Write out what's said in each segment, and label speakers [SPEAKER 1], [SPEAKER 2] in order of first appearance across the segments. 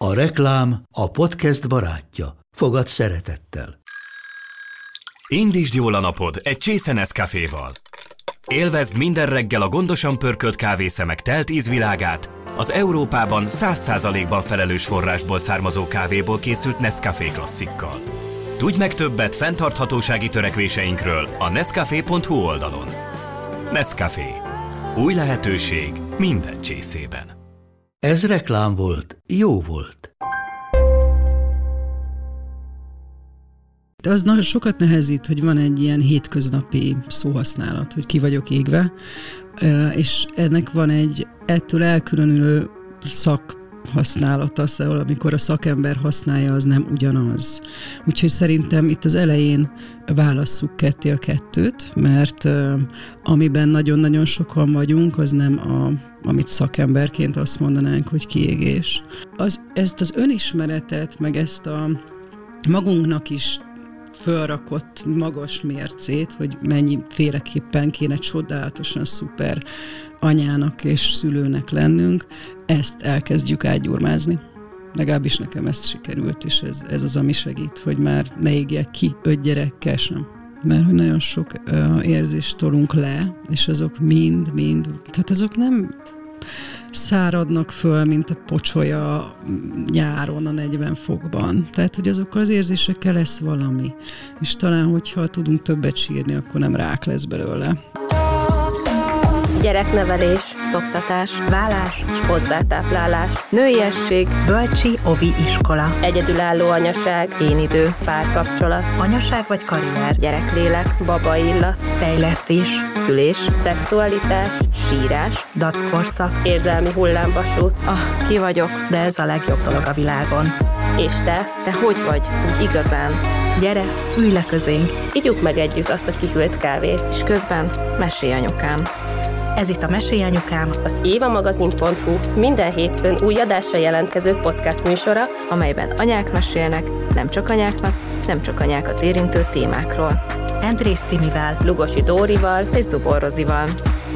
[SPEAKER 1] A reklám a podcast barátja. Fogad szeretettel.
[SPEAKER 2] Indítsd jól a napod egy csésze Nescaféval. Élvezd minden reggel a gondosan pörkölt kávészemek telt ízvilágát, az Európában 100%-ban felelős forrásból származó kávéból készült Nescafé klasszikkal. Tudj meg többet fenntarthatósági törekvéseinkről a nescafé.hu oldalon. Nescafé. Új lehetőség minden csészében.
[SPEAKER 1] Ez reklám volt, jó volt.
[SPEAKER 3] De az nagyon sokat nehezít, hogy van egy ilyen hétköznapi szóhasználat, hogy ki vagyok égve, és ennek van egy ettől elkülönülő szakhasználata, szóval amikor a szakember használja, az nem ugyanaz. Úgyhogy szerintem itt az elején válasszuk ketté a kettőt, mert amiben nagyon-nagyon sokan vagyunk, az nem amit szakemberként azt mondanánk, hogy kiégés. Ezt az önismeretet, meg ezt a magunknak is fölrakott magas mércét, hogy mennyiféleképpen kéne csodálatosan szuper anyának és szülőnek lennünk, ezt elkezdjük átgyurmázni. Legalábbis nekem ez sikerült, és ez az, ami segít, hogy már ne égjek ki 5 gyerekkel sem. Mert hogy nagyon sok érzést tolunk le, és azok mind, tehát azok nem száradnak föl, mint a pocsolya nyáron a 40 fokban. Tehát, hogy azokkal az érzésekkel lesz valami. És talán, hogyha tudunk többet sírni, akkor nem rák lesz belőle.
[SPEAKER 4] Gyereknevelés, szoptatás, vállás és hozzátáplálás, nőiesség,
[SPEAKER 5] bölcsi ovi iskola,
[SPEAKER 4] egyedülálló anyaság,
[SPEAKER 5] énidő,
[SPEAKER 4] párkapcsolat,
[SPEAKER 5] anyaság vagy karrier,
[SPEAKER 4] gyereklélek, babaillat,
[SPEAKER 5] fejlesztés,
[SPEAKER 4] szülés, szexualitás, sírás,
[SPEAKER 5] dackorszak,
[SPEAKER 4] érzelmi hullámvasút.
[SPEAKER 5] Ki vagyok, de ez a legjobb dolog a világon.
[SPEAKER 4] És te hogy vagy, úgy igazán?
[SPEAKER 5] Gyere, ülj le közénk.
[SPEAKER 4] Igyuk meg együtt azt a kihűlt kávét.
[SPEAKER 5] És közben mesélj anyukám. Ez itt a Mesélj Anyukám,
[SPEAKER 4] az évamagazin.hu minden hétfőn új adásra jelentkező podcast műsora,
[SPEAKER 5] amelyben anyák mesélnek, nem csak anyáknak, nem csak anyákat érintő témákról. Andrész Timivel,
[SPEAKER 4] Lugosi Dórival
[SPEAKER 5] és Zubor Rozival.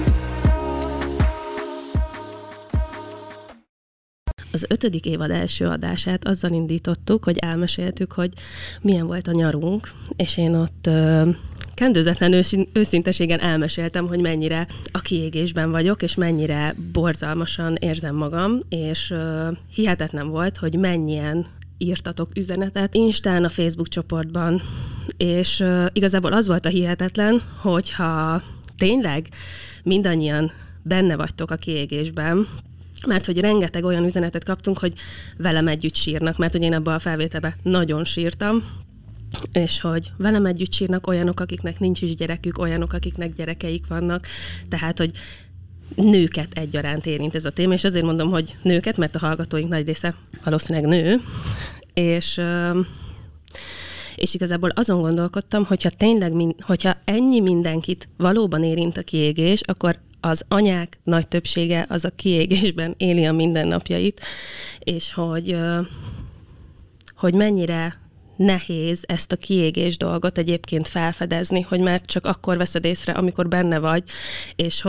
[SPEAKER 4] Az 5. évad első adását azzal indítottuk, hogy elmeséltük, hogy milyen volt a nyarunk, és én ott kendőzetlen őszinteségen elmeséltem, hogy mennyire a kiégésben vagyok, és mennyire borzalmasan érzem magam, és hihetetlen volt, hogy mennyien írtatok üzenetet Instán, a Facebook csoportban, és igazából az volt a hihetetlen, hogyha tényleg mindannyian benne vagytok a kiégésben, mert hogy rengeteg olyan üzenetet kaptunk, hogy velem együtt sírnak, mert hogy én ebben a felvételben nagyon sírtam, és hogy velem együtt sírnak olyanok, akiknek nincs is gyerekük, olyanok, akiknek gyerekeik vannak, tehát, hogy nőket egyaránt érint ez a téma, és azért mondom, hogy nőket, mert a hallgatóink nagy része valószínűleg nő, és igazából azon gondolkodtam, hogyha tényleg, hogyha ennyi mindenkit valóban érint a kiégés, akkor az anyák nagy többsége az a kiégésben éli a mindennapjait, és hogy mennyire nehéz ezt a kiégés dolgot egyébként felfedezni, hogy már csak akkor veszed észre, amikor benne vagy, és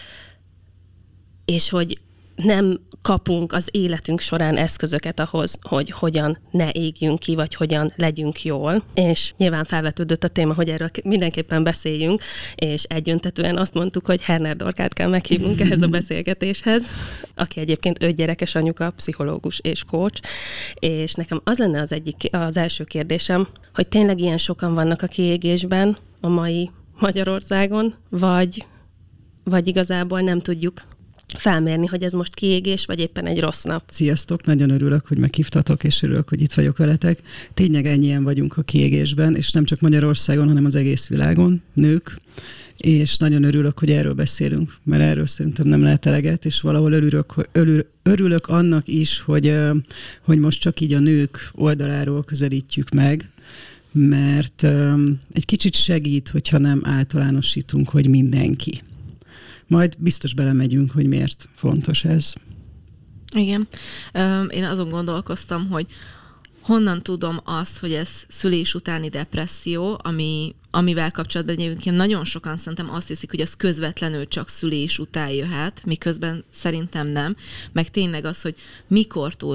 [SPEAKER 4] hogy nem kapunk az életünk során eszközöket ahhoz, hogy hogyan ne égjünk ki, vagy hogyan legyünk jól. És nyilván felvetődött a téma, hogy erről mindenképpen beszéljünk, és egyöntetően azt mondtuk, hogy Herner Dorkát kell meghívnunk ehhez a beszélgetéshez, aki egyébként 5 gyerekes anyuka, pszichológus és coach, és nekem az lenne az első kérdésem, hogy tényleg ilyen sokan vannak a kiégésben a mai Magyarországon, vagy igazából nem tudjuk felmérni, hogy ez most kiégés, vagy éppen egy rossz nap.
[SPEAKER 3] Sziasztok, nagyon örülök, hogy meghívtatok, és örülök, hogy itt vagyok veletek. Tényleg ennyien vagyunk a kiégésben, és nem csak Magyarországon, hanem az egész világon, nők, és nagyon örülök, hogy erről beszélünk, mert erről szerintem nem lehet eleget, és valahol örülök annak is, hogy most csak így a nők oldaláról közelítjük meg, mert egy kicsit segít, hogyha nem általánosítunk, hogy mindenki. Majd biztos belemegyünk, hogy miért fontos ez.
[SPEAKER 6] Igen. Én azon gondolkoztam, hogy honnan tudom azt, hogy ez szülés utáni depresszió, amivel kapcsolatban egyébként nagyon sokan szerintem azt hiszik, hogy az közvetlenül csak szülés után jöhet, miközben szerintem nem. Meg tényleg az, hogy mikortól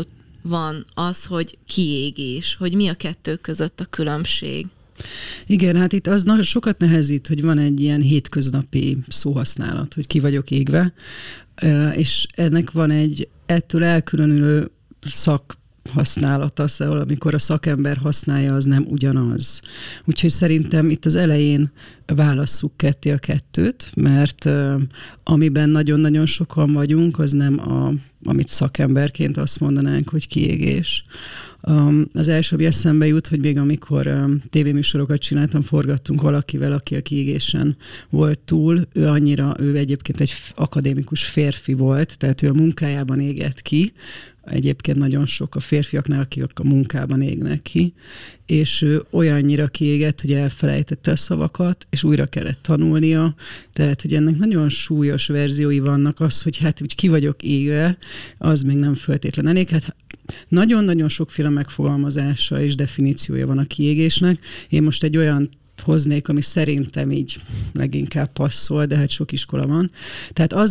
[SPEAKER 6] van az, hogy kiégés, hogy mi a kettő között a különbség?
[SPEAKER 3] Igen, hát itt az sokat nehezít, hogy van egy ilyen hétköznapi szóhasználat, hogy ki vagyok égve, és ennek van egy ettől elkülönülő szakhasználata, szóval amikor a szakember használja, az nem ugyanaz. Úgyhogy szerintem itt az elején válasszuk ketté a kettőt, mert amiben nagyon-nagyon sokan vagyunk, az nem amit szakemberként azt mondanánk, hogy kiégés. Az első, ami eszembe jut, hogy még amikor tévéműsorokat csináltam, forgattunk valakivel, aki a kiégésen volt túl, ő egyébként egy akadémikus férfi volt, tehát ő a munkájában égett ki, egyébként nagyon sok a férfiaknál, akik a munkában égnek ki, és ő olyannyira kiégett, hogy elfelejtette a szavakat, és újra kellett tanulnia, tehát, hogy ennek nagyon súlyos verziói vannak, az, hogy hát úgy ki vagyok égve, az még nem feltétlen elég. Hát nagyon-nagyon sokféle megfogalmazása és definíciója van a kiégésnek. Én most egy olyan hoznék, ami szerintem így leginkább passzol, de hát sok iskola van. Tehát az,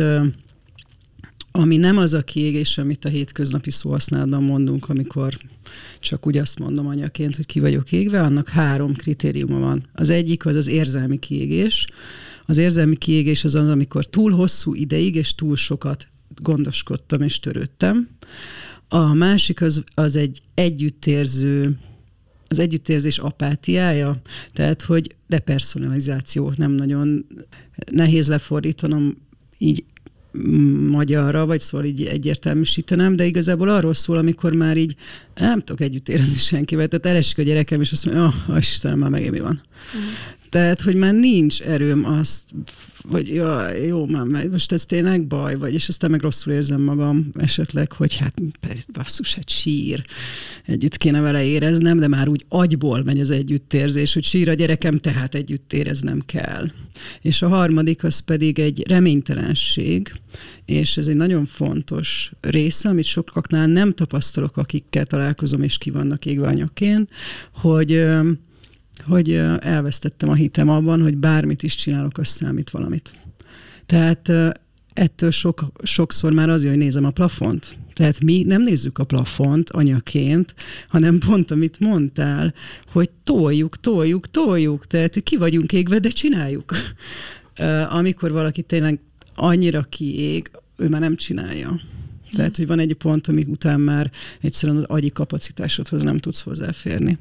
[SPEAKER 3] ami nem az a kiégés, amit a hétköznapi szóhasználatban mondunk, amikor csak úgy azt mondom anyaként, hogy ki vagyok égve, annak 3 kritériuma van. Az egyik az érzelmi kiégés. Az érzelmi kiégés az, amikor túl hosszú ideig és túl sokat gondoskodtam és törődtem. A másik az egy együttérző, az együttérzés apátiája, tehát hogy depersonalizáció, nem nagyon nehéz lefordítanom így magyarra, vagy szóval így egyértelműsítenem, de igazából arról szól, amikor már így nem tudok együtt érezni senkivel, tehát elesik a gyerekem, és azt mondja, Istenem, már megint mi van. Tehát, hogy már nincs erőm azt, vagy jó, már most ez tényleg baj, vagy, és aztán meg rosszul érzem magam esetleg, hogy hát basszus, hát sír. Együtt kéne vele éreznem, de már úgy agyból megy az együttérzés, hogy sír a gyerekem, tehát együtt éreznem kell. És a harmadik az pedig egy reménytelenség, és ez egy nagyon fontos része, amit sokaknál nem tapasztalok, akikkel találkozom, és ki vannak égve anyaként, hogy elvesztettem a hitem abban, hogy bármit is csinálok, az számít valamit. Tehát ettől sokszor már az, hogy nézem a plafont. Tehát mi nem nézzük a plafont anyaként, hanem pont, amit mondtál, hogy toljuk. Tehát, hogy ki vagyunk égve, de csináljuk. Amikor valaki tényleg annyira kiég, ő már nem csinálja. Tehát, hogy van egy pont, amíg után már egyszerűen az agyi kapacitásodhoz nem tudsz hozzáférni.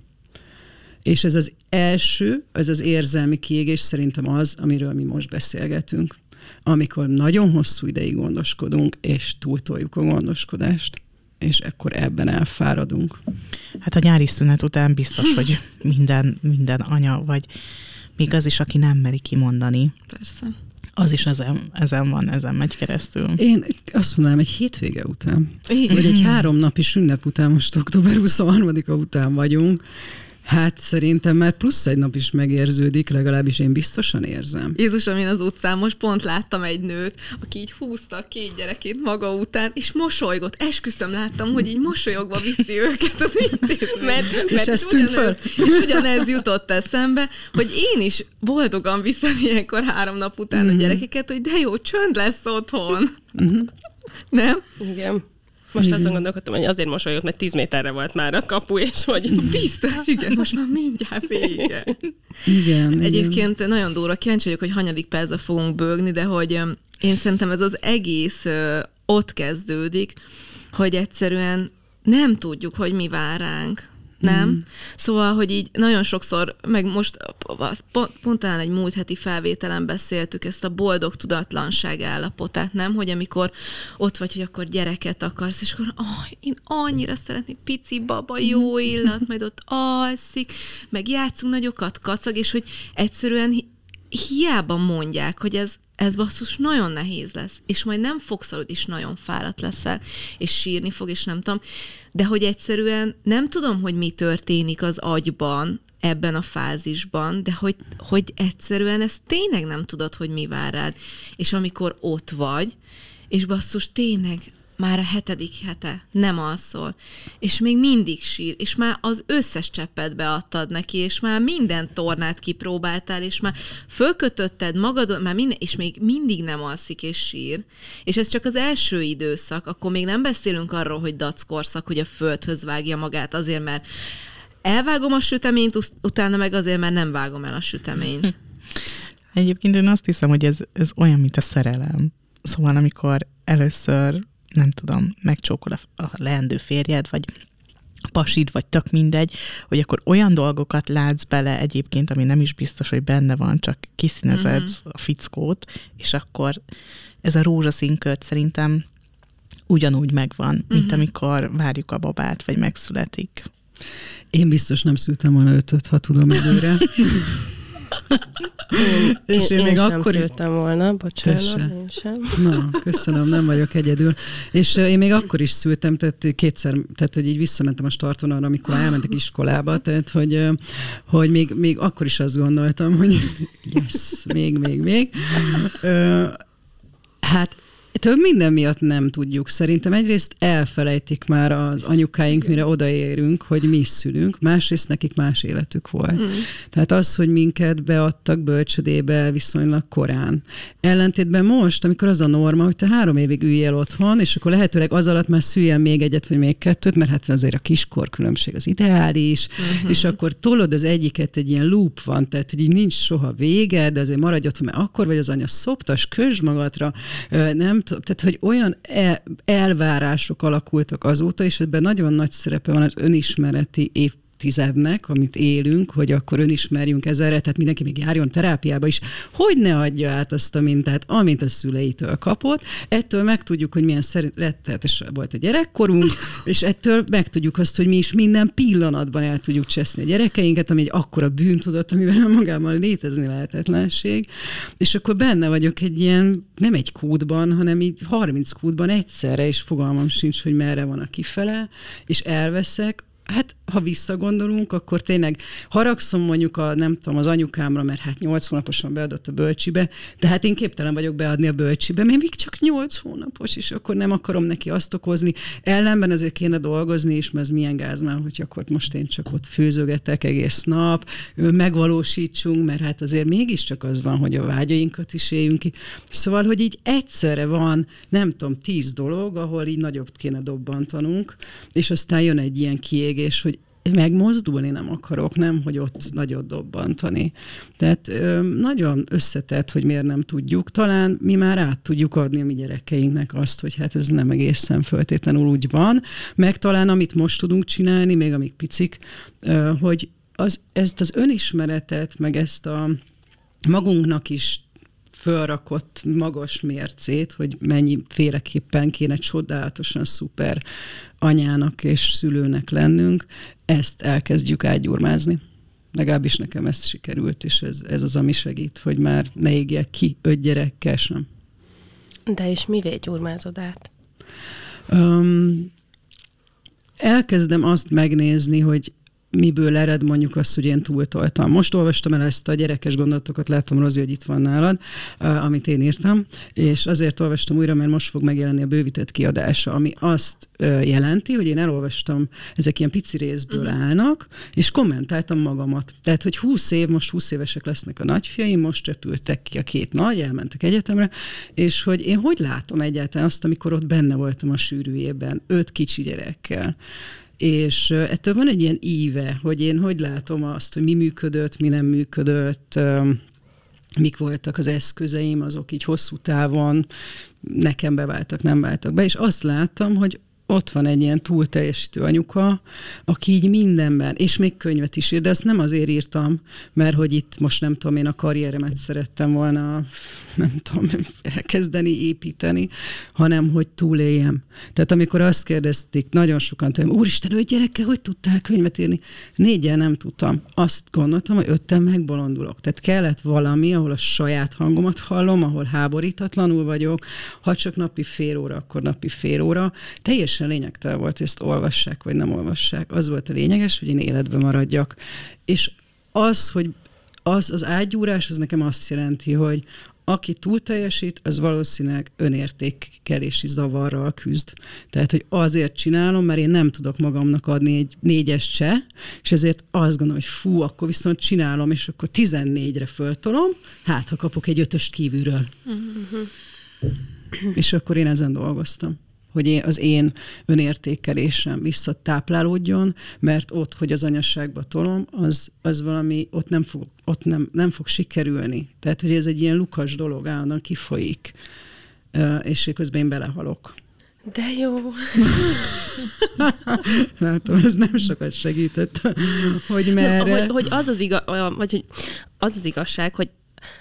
[SPEAKER 3] És ez az első, ez az érzelmi kiégés szerintem az, amiről mi most beszélgetünk. Amikor nagyon hosszú ideig gondoskodunk, és túltoljuk a gondoskodást, és akkor ebben elfáradunk.
[SPEAKER 7] Hát a nyári szünet után biztos, hogy minden anya, vagy még az is, aki nem meri kimondani.
[SPEAKER 6] Persze.
[SPEAKER 7] Az is ezen megy keresztül.
[SPEAKER 3] Én azt mondanám, egy hétvége után, vagy egy 3 napi ünnep után, most október 23-a után vagyunk, hát szerintem már plusz egy nap is megérződik, legalábbis én biztosan érzem.
[SPEAKER 6] Jézusom, én az utcán most pont láttam egy nőt, aki így húzta a 2 gyerekét maga után, és mosolygott. Esküszöm, láttam, hogy így mosolyogva viszi őket az intézménybe.
[SPEAKER 3] És ez tűnt föl.
[SPEAKER 6] És ugyanez jutott eszembe, hogy én is boldogan viszem ilyenkor 3 nap után a gyerekeket, hogy de jó, csönd lesz otthon. Nem?
[SPEAKER 4] Igen. Most azon gondolkodtam, hogy azért mosolyogott, mert 10 méterre volt már a kapu, és hogy
[SPEAKER 6] biztos, igen, most már mindjárt vége.
[SPEAKER 3] Igen.
[SPEAKER 6] Egyébként nagyon durva, kíváncsi vagyok, hogy hanyadik percben fogunk bőgni, de hogy én szerintem ez az egész ott kezdődik, hogy egyszerűen nem tudjuk, hogy mi vár ránk. Nem? Szóval, hogy így nagyon sokszor, meg most pont talán egy múlt heti felvételen beszéltük ezt a boldog tudatlanság állapotát, nem? Hogy amikor ott vagy, hogy akkor gyereket akarsz, és akkor én annyira szeretnék, pici baba, jó illat, majd ott alszik, meg játszunk nagyokat, kacag, és hogy egyszerűen hiába mondják, hogy ez basszus nagyon nehéz lesz, és majd nem fogsz aludni, és nagyon fáradt leszel, és sírni fog, és nem tudom, de hogy egyszerűen nem tudom, hogy mi történik az agyban ebben a fázisban, de hogy egyszerűen ezt tényleg nem tudod, hogy mi vár rád. És amikor ott vagy, és basszus tényleg már a 7. hete nem alszol, és még mindig sír, és már az összes cseppet beadtad neki, és már minden tornát kipróbáltál, és már fölkötötted magad, már minden, és még mindig nem alszik és sír. És ez csak az első időszak, akkor még nem beszélünk arról, hogy dackorszak, hogy a földhöz vágja magát azért, mert elvágom a süteményt, utána meg azért, mert nem vágom el a süteményt.
[SPEAKER 7] Egyébként én azt hiszem, hogy ez olyan, mint a szerelem. Szóval amikor először, nem tudom, megcsókol a leendő férjed, vagy a pasid, vagy tök mindegy, hogy akkor olyan dolgokat látsz bele egyébként, ami nem is biztos, hogy benne van, csak kiszínezed a fickót, és akkor ez a rózsaszínkört szerintem ugyanúgy megvan, mint amikor várjuk a babát, vagy megszületik.
[SPEAKER 3] Én biztos nem szültem volna 5-öt, ha tudom előre.
[SPEAKER 4] Én még sem akkor szültem volna, bocsánat, én sem.
[SPEAKER 3] Na, köszönöm, nem vagyok egyedül. És én még akkor is szültem, tehát kétszer, tehát hogy így visszamentem a startvonalra, amikor elmentek iskolába, tehát hogy még akkor is azt gondoltam, hogy yes, még. Hát több minden miatt nem tudjuk. Szerintem egyrészt elfelejtik már az anyukáink, mire odaérünk, hogy mi szülünk, másrészt nekik más életük volt. Tehát az, hogy minket beadtak bölcsödébe viszonylag korán. Ellentétben most, amikor az a norma, hogy te 3 évig üljél otthon, és akkor lehetőleg az alatt már szüljen még egyet, vagy még 2, mert hát azért a kiskor különbség az ideális, és akkor tolod az egyiket, egy ilyen loop van, tehát hogy így nincs soha vége, de azért maradj otthon, mert akkor vagy az anya szoptas, kösd magadra, nem tehát, hogy olyan elvárások alakultak azóta, és ebben nagyon nagy szerepe van az önismereti évtizednek, amit élünk, hogy akkor önismerjünk ezerre, tehát mindenki még járjon terápiába is, hogy ne adja át azt a mintát, amint a szüleitől kapott. Ettől megtudjuk, hogy milyen rettenetes volt a gyerekkorunk, és ettől megtudjuk azt, hogy mi is minden pillanatban el tudjuk cseszni a gyerekeinket, ami egy akkora bűntudat, amivel magában létezni lehetetlenség. És akkor benne vagyok egy ilyen, nem egy kútban, hanem így 30 kútban egyszerre, és fogalmam sincs, hogy merre van a kifele, és elveszek. Hát, ha visszagondolunk, akkor tényleg haragszom mondjuk az anyukámra, mert hát 8 hónaposan beadott a bölcsibe, de hát én képtelen vagyok beadni a bölcsibe, mert még csak 8 hónapos, és akkor nem akarom neki azt okozni. Ellenben azért kéne dolgozni is, mert ez milyen gáz már, hogy akkor most én csak ott főzögetek egész nap, megvalósítsunk, mert hát azért mégiscsak az van, hogy a vágyainkat is éljünk ki. Szóval, hogy így egyszerre van, nem tudom, 10 dolog, ahol így nagyobb kéne dobbantanunk, és aztán jön egy ilyen kiégés, hogy megmozdulni nem akarok, nem, hogy ott nagyot dobbantani. Tehát nagyon összetett, hogy miért nem tudjuk. Talán mi már át tudjuk adni a mi gyerekeinknek azt, hogy hát ez nem egészen feltétlenül úgy van, meg talán amit most tudunk csinálni, még amíg picik, hogy ezt az önismeretet, meg ezt a magunknak is fölrakott magas mércét, hogy mennyiféleképpen kéne csodálatosan szuper anyának és szülőnek lennünk, ezt elkezdjük átgyurmázni. Legalábbis nekem ez sikerült, és ez az, ami segít, hogy már ne égjek ki 5 gyerekkel sem.
[SPEAKER 4] De és mivé gyurmázod át?
[SPEAKER 3] Elkezdem azt megnézni, hogy miből ered mondjuk azt, hogy én túltoltam. Most olvastam el ezt a gyerekes gondolatokat, látom, Rozi, hogy itt van nálad, amit én írtam, és azért olvastam újra, mert most fog megjelenni a bővített kiadása, ami azt jelenti, hogy én elolvastam, ezek ilyen pici részből állnak, és kommentáltam magamat. Tehát, hogy 20 év, most 20 évesek lesznek a nagyfiaim, most repültek ki a 2 nagy, elmentek egyetemre, és hogy én hogy látom egyáltalán azt, amikor ott benne voltam a sűrűjében, 5 kicsi gyerekkel. És ettől van egy ilyen íve, hogy én hogy látom azt, hogy mi működött, mi nem működött, mik voltak az eszközeim, azok így hosszú távon nekem beváltak, nem váltak be, és azt láttam, hogy ott van egy ilyen túlteljesítő anyuka, aki így mindenben, és még könyvet is ír, de ezt nem azért írtam, mert hogy itt most nem tudom, én a karrieremet szerettem volna, nem tudom, elkezdeni, építeni, hanem hogy túléljem. Tehát amikor azt kérdezték, nagyon sokan tőlem, úristen, 5 gyerekkel hogy tudtál könyvet írni? 4-el nem tudtam. Azt gondoltam, hogy 5-tel megbolondulok. Tehát kellett valami, ahol a saját hangomat hallom, ahol háborítatlanul vagyok, ha csak napi fél óra, akkor napi fél óra. Teljesen lényegtelen volt, hogy ezt olvassák, vagy nem olvassák. Az volt a lényeges, hogy én életben maradjak. És az, hogy az átgyúrás, az nekem azt jelenti, hogy aki túl teljesít, az valószínűleg önértékelési zavarral küzd. Tehát, hogy azért csinálom, mert én nem tudok magamnak adni egy 4-es cseh, és ezért azt gondolom, hogy fú, akkor viszont csinálom, és akkor 14-re föltolom, hát ha kapok egy 5-öst kívülről. És akkor én ezen dolgoztam, hogy az én önértékelésem visszatáplálódjon, mert ott, hogy az anyasságba tolom, az valami, ott nem fog sikerülni. Tehát, hogy ez egy ilyen lukas dolog, állandóan kifolyik, és közben én belehalok.
[SPEAKER 4] De jó.
[SPEAKER 3] Látom, ez nem sokat segített, hogy merre.
[SPEAKER 4] Hogy az az igazság, hogy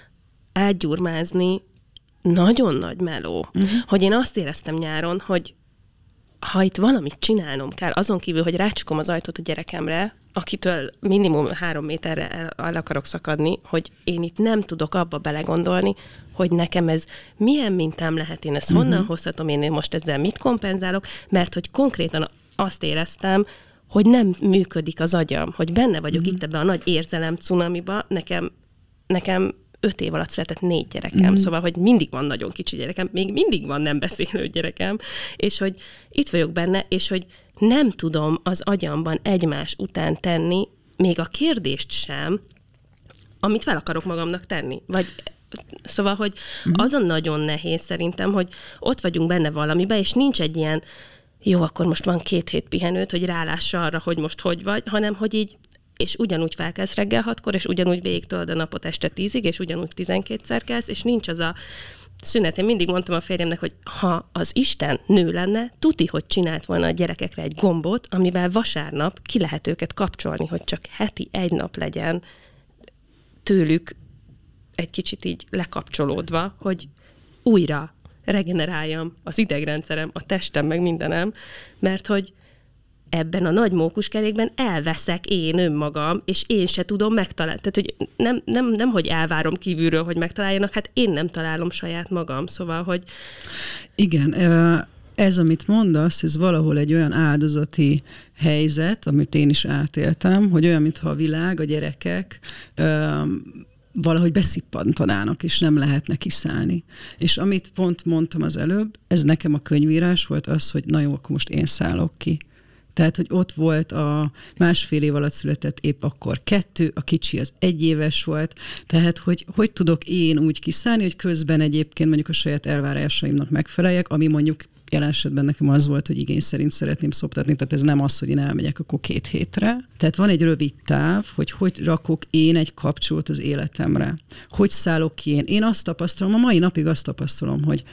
[SPEAKER 4] elgyurmázni nagyon nagy meló. Hogy én azt éreztem nyáron, hogy ha itt valamit csinálnom kell, azon kívül, hogy rácsukom az ajtót a gyerekemre, akitől minimum 3 méterre el akarok szakadni, hogy én itt nem tudok abba belegondolni, hogy nekem ez milyen mintám lehet, én ezt honnan hozhatom, én most ezzel mit kompenzálok, mert hogy konkrétan azt éreztem, hogy nem működik az agyam, hogy benne vagyok itt ebben a nagy érzelem cunamiba, nekem 5 év alatt született 4 gyerekem, szóval, hogy mindig van nagyon kicsi gyerekem, még mindig van nem beszélő gyerekem, és hogy itt vagyok benne, és hogy nem tudom az agyamban egymás után tenni még a kérdést sem, amit fel akarok magamnak tenni. Szóval, hogy azon nagyon nehéz szerintem, hogy ott vagyunk benne valamiben, és nincs egy ilyen, jó, akkor most van 2 hét pihenőt, hogy rálássa arra, hogy most hogy vagy, hanem, hogy így és ugyanúgy felkelsz reggel 6-kor, és ugyanúgy végigtolod a napot este 10-ig, és ugyanúgy 12-szer kelsz, és nincs az a szünet. Én mindig mondtam a férjemnek, hogy ha az Isten nő lenne, tuti, hogy csinált volna a gyerekekre egy gombot, amivel vasárnap ki lehet őket kapcsolni, hogy csak heti 1 nap legyen tőlük egy kicsit így lekapcsolódva, hogy újra regeneráljam az idegrendszerem, a testem, meg mindenem, mert hogy ebben a nagy mókuskerékben elveszek én önmagam, és én se tudom megtalálni. Tehát, hogy nem hogy elvárom kívülről, hogy megtaláljanak, hát én nem találom saját magam, szóval, hogy...
[SPEAKER 3] Igen, ez, amit mondasz, ez valahol egy olyan áldozati helyzet, amit én is átéltem, hogy olyan, mintha a világ, a gyerekek valahogy beszippantanának, és nem lehetne kiszállni. És amit pont mondtam az előbb, ez nekem a könyvírás volt az, hogy na jó, akkor most én szállok ki. Tehát, hogy ott volt a 1,5 év alatt született épp akkor 2, a kicsi az 1 éves volt, tehát, hogy tudok én úgy kiszállni, hogy közben egyébként mondjuk a saját elvárásaimnak megfeleljek, ami mondjuk jelen esetben nekem az volt, hogy igény szerint szeretném szoptatni, tehát ez nem az, hogy én elmegyek akkor 2 hétre. Tehát van egy rövid táv, hogy rakok én egy kapcsolót az életemre. Hogy szállok ki én. Én azt tapasztalom, a mai napig azt tapasztalom, hogy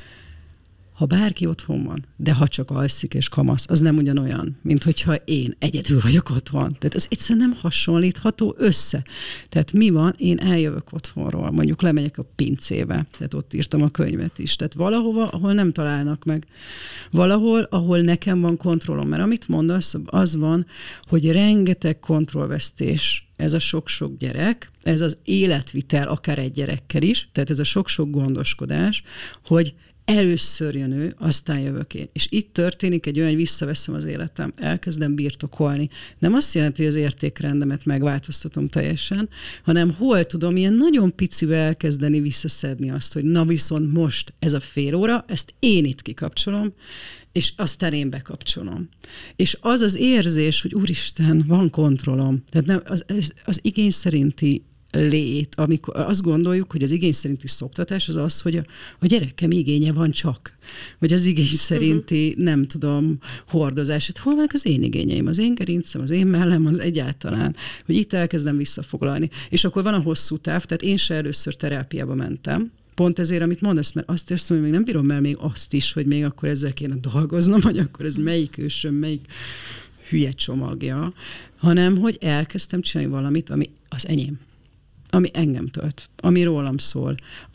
[SPEAKER 3] ha bárki otthon van, de ha csak alszik és kamasz, az nem ugyanolyan, mint hogyha én egyedül vagyok otthon. Tehát ez egyszerűen nem hasonlítható össze. Tehát mi van? Én eljövök otthonról, mondjuk lemegyek a pincébe, tehát ott írtam a könyvet is. Tehát valahova, ahol nem találnak meg. Valahol, ahol nekem van kontrollom. Mert amit mondasz, az van, hogy rengeteg kontrollvesztés, ez a sok-sok gyerek, ez az életvitel akár egy gyerekkel is, tehát ez a sok-sok gondoskodás, hogy először jön ő, aztán jövök én. És itt történik egy olyan, hogy visszaveszem az életem, elkezdem birtokolni. Nem azt jelenti, hogy az értékrendemet megváltoztatom teljesen, hanem hol tudom ilyen nagyon picivel elkezdeni visszaszedni azt, hogy na viszont most ez a fél óra, ezt én itt kikapcsolom, és aztán én bekapcsolom. És az az érzés, hogy úristen, van kontrollom. Tehát nem, az igény szerinti lét, amikor azt gondoljuk, hogy az igény szerinti szoptatás az az, hogy a gyerekem igénye van csak. Vagy az igény szerinti, nem tudom, hordozás. Hát hol vannak az én igényeim, az én gerincem, az én mellem, az egyáltalán. Hogy itt elkezdem visszafoglalni. És akkor van a hosszú táv, tehát én se először terápiába mentem. Pont ezért, amit mondasz, mert azt érzem, hogy még nem bírom el még azt is, hogy még akkor ezzel kéne dolgoznom, hogy akkor ez melyik ősöm, melyik hülye csomagja, hanem hogy elkezdtem csinálni valamit, ami az enyém. Ami engem tölt, ami rólam szól,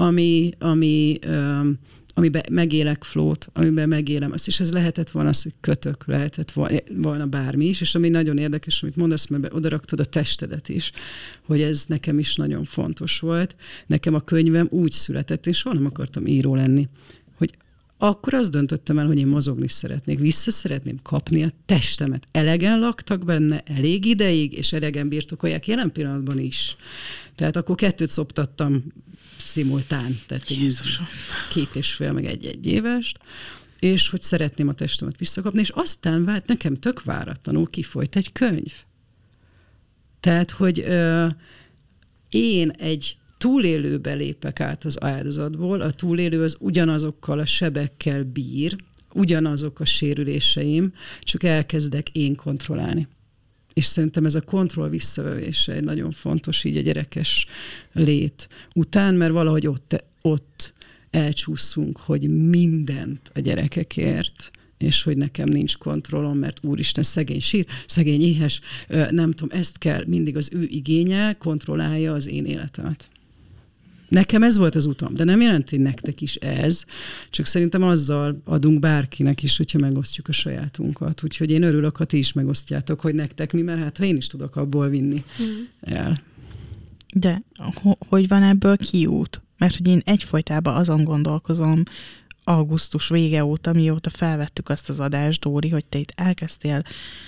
[SPEAKER 3] amiben megélek flót, amiben megélem azt, és ez lehetett volna az, hogy kötök, lehetett volna bármi is, és ami nagyon érdekes, amit mondasz, mert odaraktad a testedet is, hogy ez nekem is nagyon fontos volt. Nekem a könyvem úgy született, és soha nem akartam író lenni, hogy akkor azt döntöttem el, hogy én mozogni szeretnék, vissza szeretném kapni a testemet. Elegen laktak benne, elég ideig, és elegen birtokolják jelen pillanatban is. Tehát akkor 2 szoptattam szimultán, tehát 2,5 meg 1 évest, és hogy szeretném a testemet visszakapni, és aztán nekem tök váratlanul kifolyt egy könyv. Tehát, hogy én egy túlélőbe lépek át az áldozatból, a túlélő az ugyanazokkal a sebekkel bír, ugyanazok a sérüléseim, csak elkezdek én kontrollálni. És szerintem ez a kontroll visszavevése egy nagyon fontos így a gyerekes lét után, mert valahogy ott elcsúszunk, hogy mindent a gyerekekért, és hogy nekem nincs kontrollom, mert úristen, szegény sír, szegény éhes, nem tudom, ezt kell, mindig az ő igénye kontrollálja az én életemet. Nekem ez volt az utam, de nem jelenti, hogy nektek is ez, csak szerintem azzal adunk bárkinek is, hogyha megosztjuk a sajátunkat. Úgyhogy én örülök, ha ti is megosztjátok, hogy nektek mi, mert hát ha én is tudok abból vinni el.
[SPEAKER 7] De hogy van ebből kiút? Mert hogy én egyfolytában azon gondolkozom augusztus vége óta, mióta felvettük azt az adást, Dóri, hogy te itt elkezdtél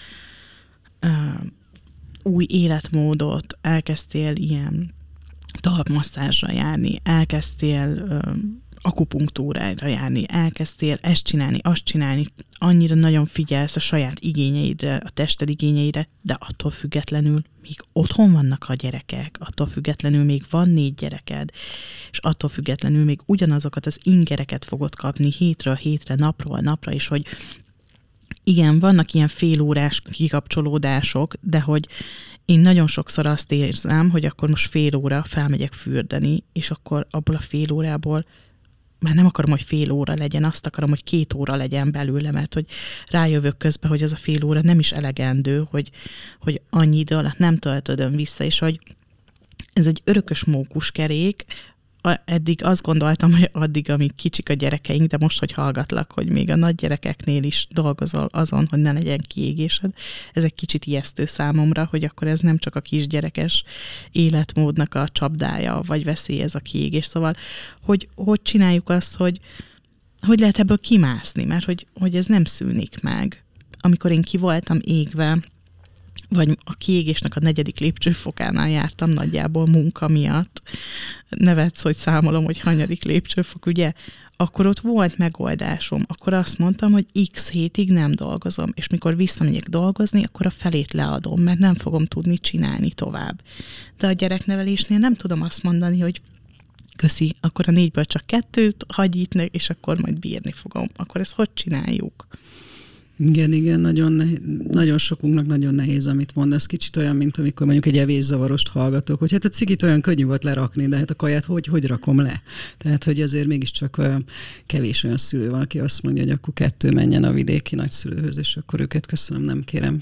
[SPEAKER 7] új életmódot, elkezdtél ilyen talpmasszázsra járni, elkezdtél akupunktúrára járni, elkezdtél ezt csinálni, azt csinálni, annyira nagyon figyelsz a saját igényeidre, a tested igényeidre, de attól függetlenül még otthon vannak a gyerekek, attól függetlenül még van 4 gyereked, és attól függetlenül még ugyanazokat az ingereket fogod kapni hétről hétre, napról napra, és hogy igen, vannak ilyen félórás kikapcsolódások, de hogy én nagyon sokszor azt érzem, hogy akkor most fél óra felmegyek fürdeni, és akkor abból a fél órából már nem akarom, hogy fél óra legyen, azt akarom, hogy 2 óra legyen belőle, mert hogy rájövök közben, hogy az a fél óra nem is elegendő, hogy annyi idő alatt nem töltödöm vissza, és hogy ez egy örökös mókuskerék. Eddig azt gondoltam, hogy addig, amíg kicsik a gyerekeink, de most, hogy hallgatlak, hogy még a nagy gyerekeknél is dolgozol azon, hogy ne legyen kiégésed, ez egy kicsit ijesztő számomra, hogy akkor ez nem csak a kisgyerekes életmódnak a csapdája, vagy veszély ez a kiégés. Szóval, hogy csináljuk azt, hogy lehet ebből kimászni, mert hogy ez nem szűnik meg. Amikor én ki voltam égve, vagy a kiégésnek a 4. lépcsőfokánál jártam nagyjából munka miatt. Nevetsz, hogy számolom, hogy hanyadik lépcsőfok, ugye? Akkor ott volt megoldásom. Akkor azt mondtam, hogy x hétig nem dolgozom, és mikor visszamegyek dolgozni, akkor a felét leadom, mert nem fogom tudni csinálni tovább. De a gyereknevelésnél nem tudom azt mondani, hogy köszi, akkor a 4-ből csak 2 hagyj itt, és akkor majd bírni fogom. Akkor ezt hogy csináljuk?
[SPEAKER 3] Igen, nagyon sokunknak nagyon nehéz, amit mondasz. Kicsit olyan, mint amikor mondjuk egy evészavarost hallgatok, hogy hát a cigit olyan könnyű volt lerakni, de hát a kaját hogy rakom le? Tehát, hogy azért mégiscsak kevés olyan szülő van, aki azt mondja, hogy akkor 2 menjen a vidéki nagyszülőhöz, és akkor őket köszönöm, nem kérem.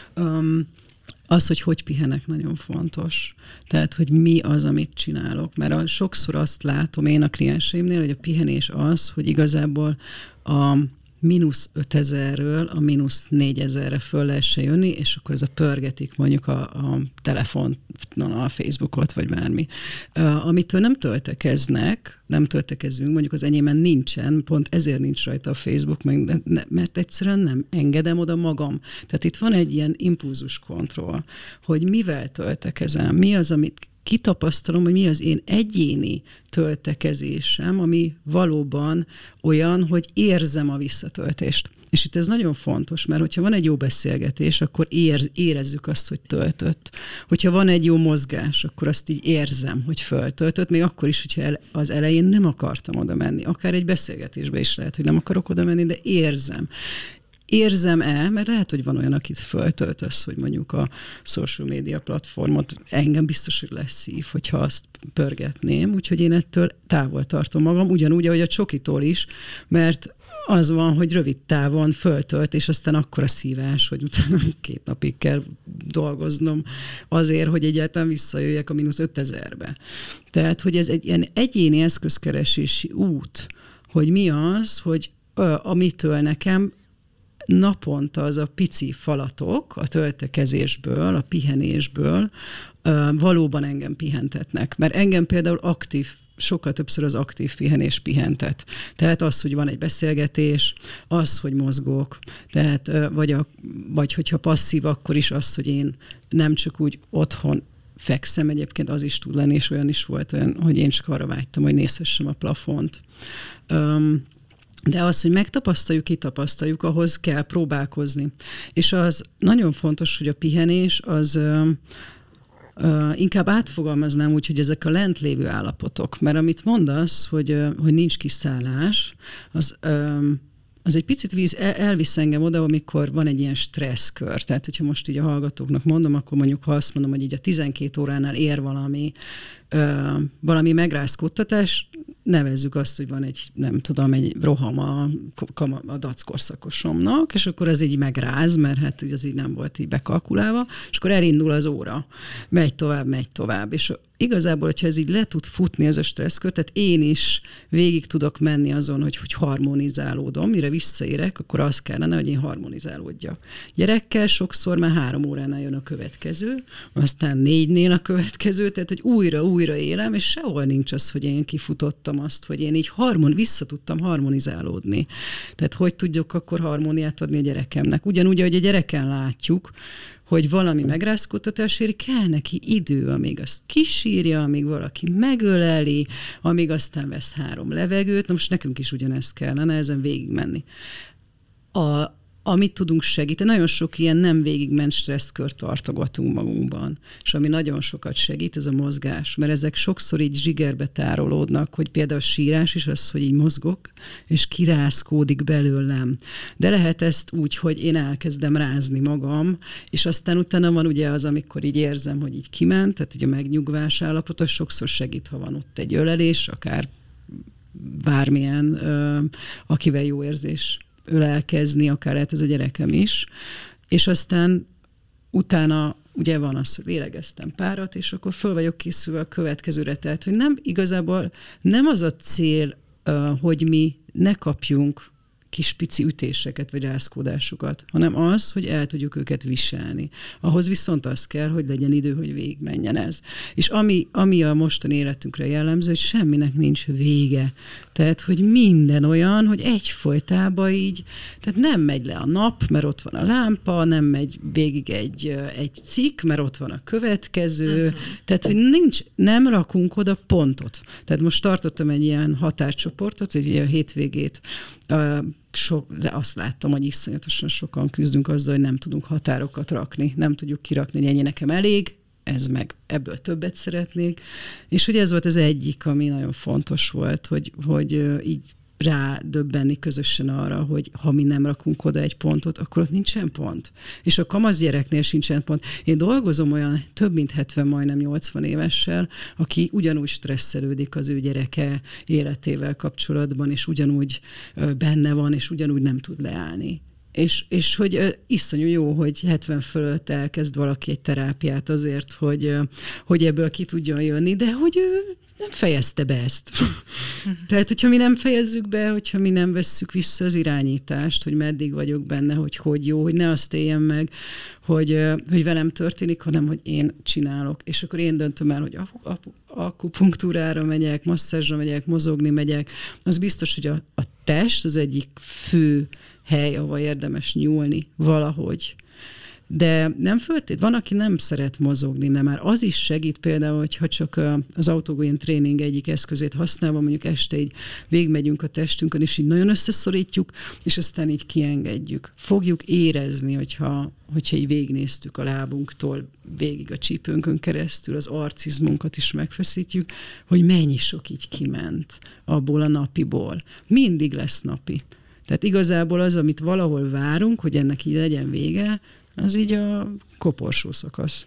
[SPEAKER 3] Az, hogy pihenek, nagyon fontos. Tehát, hogy mi az, amit csinálok. Mert sokszor azt látom én a klienseimnél, hogy a pihenés az, hogy igazából a -5000-ről a -4000-re föl lehessen jönni, és akkor ez a pörgetik mondjuk a telefonon, a Facebookot, vagy bármi. Amitől nem töltekezünk, mondjuk az enyémen nincsen, pont ezért nincs rajta a Facebook, mert egyszerűen nem engedem oda magam. Tehát itt van egy ilyen impulzus kontroll, hogy mivel töltekezem, mi az, amit kitapasztalom, hogy mi az én egyéni töltekezésem, ami valóban olyan, hogy érzem a visszatöltést. És itt ez nagyon fontos, mert hogyha van egy jó beszélgetés, akkor érezzük azt, hogy töltött. Hogyha van egy jó mozgás, akkor azt így érzem, hogy föltöltött, még akkor is, hogyha az elején nem akartam oda menni. Akár egy beszélgetésbe is lehet, hogy nem akarok oda menni, de érzem. Érzem-e, mert lehet, hogy van olyan, akit föltöltöz, hogy mondjuk a social media platformot engem biztos, hogy lesz szív, hogyha azt pörgetném, úgyhogy én ettől távol tartom magam, ugyanúgy, ahogy a csokitól is, mert az van, hogy rövid távon föltölt, és aztán akkora szívás, hogy utána 2 napig kell dolgoznom azért, hogy egyáltalán visszajöjjek a -5000-be. Tehát, hogy ez egy ilyen egyéni eszközkeresési út, hogy mi az, hogy amitől nekem naponta az a pici falatok a töltekezésből, a pihenésből valóban engem pihentetnek. Mert engem például sokkal többször az aktív pihenés pihentet. Tehát az, hogy van egy beszélgetés, az, hogy mozgok, tehát, vagy hogyha passzív, akkor is az, hogy én nem csak úgy otthon fekszem, egyébként az is tud lenni, és olyan is volt olyan, hogy én csak arra vágytam, hogy nézhessem a plafont. De az, hogy megtapasztaljuk, kitapasztaljuk, ahhoz kell próbálkozni. És az nagyon fontos, hogy a pihenés az inkább átfogalmaznám úgy, hogy ezek a lent lévő állapotok. Mert amit mondasz, hogy nincs kiszállás, az egy picit elvisz engem oda, amikor van egy ilyen stresszkör. Tehát, hogyha most így a hallgatóknak mondom, akkor mondjuk, ha azt mondom, hogy így a 12 óránál ér valami megrázkódtatás, nevezzük azt, hogy van egy, nem tudom, egy roham a dackorszakosomnak, és akkor az így megráz, mert hát az így nem volt így bekalkulálva, és akkor elindul az óra. Megy tovább. És igazából, hogyha ez így le tud futni, ez a stresszkör, tehát én is végig tudok menni azon, hogy harmonizálódom, mire visszaérek, akkor az kellene, hogy én harmonizálódjak. Gyerekkel sokszor már 3 óránál jön a következő, aztán 4-nél a következő, tehát hogy újra élem, és sehol nincs az, hogy én kifutottam azt, hogy én így vissza tudtam harmonizálódni. Tehát hogy tudjuk akkor harmóniát adni a gyerekemnek? Ugyanúgy, ahogy a gyereken látjuk, hogy valami megrázkódtatásért kell neki idő, amíg azt kisírja, amíg valaki megöleli, amíg aztán vesz 3 levegőt. Na most nekünk is ugyanezt kellene ezen végigmenni. Amit tudunk segíteni, nagyon sok ilyen nem végigment stresszkört tartogatunk magunkban, és ami nagyon sokat segít, ez a mozgás, mert ezek sokszor így zsigerbe tárolódnak, hogy például a sírás is az, hogy így mozgok, és kirázkódik belőlem. De lehet ezt úgy, hogy én elkezdem rázni magam, és aztán utána van ugye az, amikor így érzem, hogy így kiment, tehát így a megnyugvás állapot, az sokszor segít, ha van ott egy ölelés, akár bármilyen, akivel jó érzés ölelkezni, akár lehet ez a gyerekem is, és aztán utána ugye van az, hogy lélegeztem párat, és akkor föl vagyok készülve a következőre, tehát, hogy igazából nem az a cél, hogy mi ne kapjunk kis pici ütéseket, vagy rázkódásokat, hanem az, hogy el tudjuk őket viselni. Ahhoz viszont az kell, hogy legyen idő, hogy végigmenjen ez. És ami a mostani életünkre jellemző, hogy semminek nincs vége. Tehát, hogy minden olyan, hogy egyfolytában így, tehát nem megy le a nap, mert ott van a lámpa, nem megy végig egy cikk, mert ott van a következő, tehát, hogy nem rakunk oda pontot. Tehát most tartottam egy ilyen határcsoportot, egy ilyen hétvégét, de azt láttam, hogy iszonyatosan sokan küzdünk azzal, hogy nem tudunk határokat rakni, nem tudjuk kirakni, hogy ennyi nekem elég, ez meg ebből többet szeretnék. És hogy ez volt az egyik, ami nagyon fontos volt, hogy így rádöbbenni közösen arra, hogy ha mi nem rakunk oda egy pontot, akkor ott nincsen pont. És a kamasz gyereknél sincsen pont. Én dolgozom olyan több mint 70, majdnem 80 évessel, aki ugyanúgy stresszelődik az ő gyereke életével kapcsolatban, és ugyanúgy benne van, és ugyanúgy nem tud leállni. És hogy iszonyú jó, hogy 70 fölött elkezd valaki egy terápiát azért, hogy ebből ki tudjon jönni, de hogy ő nem fejezte be ezt. Tehát, hogyha mi nem fejezzük be, hogyha mi nem vesszük vissza az irányítást, hogy meddig vagyok benne, hogy jó, hogy ne azt éljem meg, hogy velem történik, hanem hogy én csinálok. És akkor én döntöm el, hogy akupunktúrára megyek, masszázsra megyek, mozogni megyek. Az biztos, hogy a test az egyik fő hely, ahol érdemes nyúlni valahogy. De nem föltétlenül, van, aki nem szeret mozogni, mert már az is segít például, hogyha csak az autogén tréning egyik eszközét használva, mondjuk este így végigmegyünk a testünkön, és így nagyon összeszorítjuk, és aztán így kiengedjük. Fogjuk érezni, hogyha így végignéztük a lábunktól, végig a csípőnkön keresztül, az arcizmunkat is megfeszítjük, hogy mennyi sok így kiment abból a napiból. Mindig lesz napi. Tehát igazából az, amit valahol várunk, hogy ennek így legyen vége, az így a koporsó szakasz.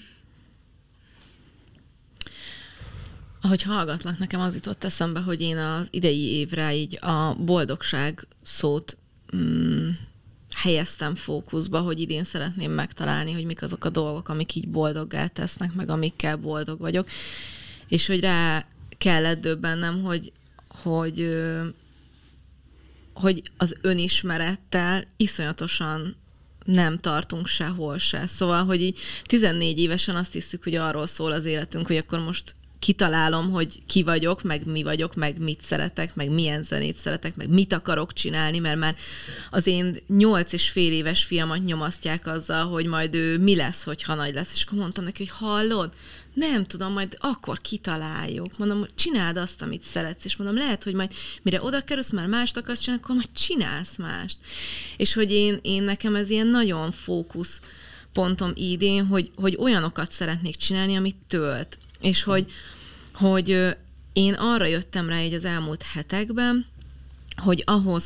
[SPEAKER 6] Ahogy hallgatlak, nekem az jutott eszembe, hogy én az idei évre így a boldogság szót helyeztem fókuszba, hogy idén szeretném megtalálni, hogy mik azok a dolgok, amik így boldoggá tesznek, meg amikkel boldog vagyok. És hogy rá kellett döbbennem, hogy az önismerettel iszonyatosan nem tartunk sehol se. Szóval, hogy így 14 évesen azt hiszük, hogy arról szól az életünk, hogy akkor most kitalálom, hogy ki vagyok, meg mi vagyok, meg mit szeretek, meg milyen zenét szeretek, meg mit akarok csinálni, mert már az én 8,5 éves fiamat nyomasztják azzal, hogy majd ő mi lesz, hogyha nagy lesz. És akkor mondtam neki, hogy hallod, nem tudom, majd akkor kitaláljuk. Mondom, csináld azt, amit szeretsz, és mondom, lehet, hogy majd mire oda kerülsz, már mást akarsz csinálni, akkor majd csinálsz mást. És hogy én nekem ez ilyen nagyon fókusz pontom idén, hogy olyanokat szeretnék csinálni, amit tölt. És hogy én arra jöttem rá így az elmúlt hetekben, hogy ahhoz,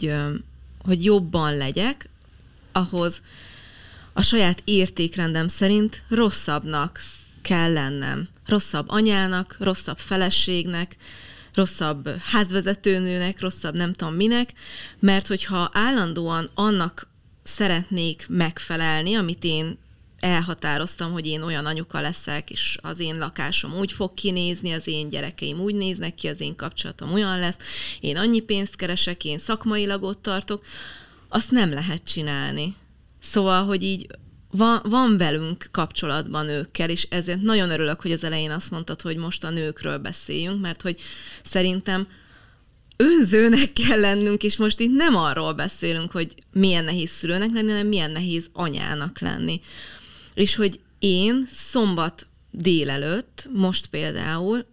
[SPEAKER 6] hogy jobban legyek, ahhoz a saját értékrendem szerint rosszabbnak kell lennem. Rosszabb anyának, rosszabb feleségnek, rosszabb házvezetőnőnek, rosszabb nem tudom minek, mert hogyha állandóan annak szeretnék megfelelni, amit én elhatároztam, hogy én olyan anyuka leszek, és az én lakásom úgy fog kinézni, az én gyerekeim úgy néznek ki, az én kapcsolatom olyan lesz, én annyi pénzt keresek, én szakmailag ott tartok, azt nem lehet csinálni. Szóval, hogy így van velünk kapcsolatban nőkkel, és ezért nagyon örülök, hogy az elején azt mondtad, hogy most a nőkről beszéljünk, mert hogy szerintem önzőnek kell lennünk, és most itt nem arról beszélünk, hogy milyen nehéz szülőnek lenni, hanem milyen nehéz anyának lenni. És hogy én szombat délelőtt, most például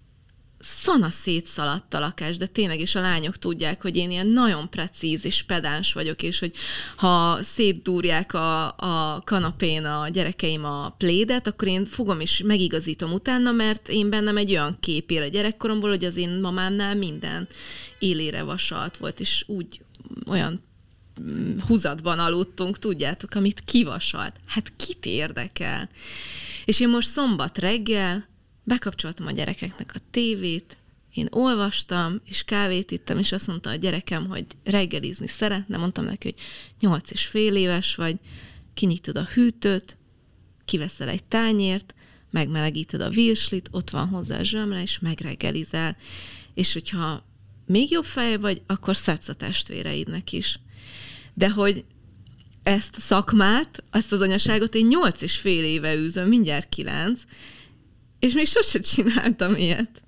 [SPEAKER 6] szana szétszaladt a lakás, de tényleg is a lányok tudják, hogy én ilyen nagyon precíz és pedáns vagyok, és hogy ha szétdúrják a kanapén a gyerekeim a plédet, akkor én fogom és megigazítom utána, mert én bennem egy olyan kép él a gyerekkoromból, hogy az én mamámnál minden élére vasalt volt, és úgy olyan húzatban aludtunk, tudjátok, amit kivasalt. Hát kit érdekel? És én most szombat reggel bekapcsoltam a gyerekeknek a tévét, én olvastam, és kávét ittam, és azt mondta a gyerekem, hogy reggelizni szeretne, mondtam neki, hogy 8,5 éves vagy, kinyitod a hűtőt, kiveszel egy tányért, megmelegíted a virslit, ott van hozzá a zsömle, és megreggelizel. És hogyha még jobb fej vagy, akkor szedsz a testvéreidnek is. De hogy ezt a szakmát, ezt az anyaságot én 8,5 éve űzöm, mindjárt 9, és még sose csináltam ilyet.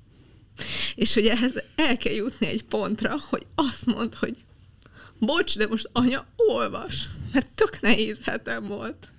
[SPEAKER 6] És hogy ehhez el kell jutni egy pontra, hogy azt mondd, hogy bocs, de most anya, olvas, mert tök nehéz hetem volt.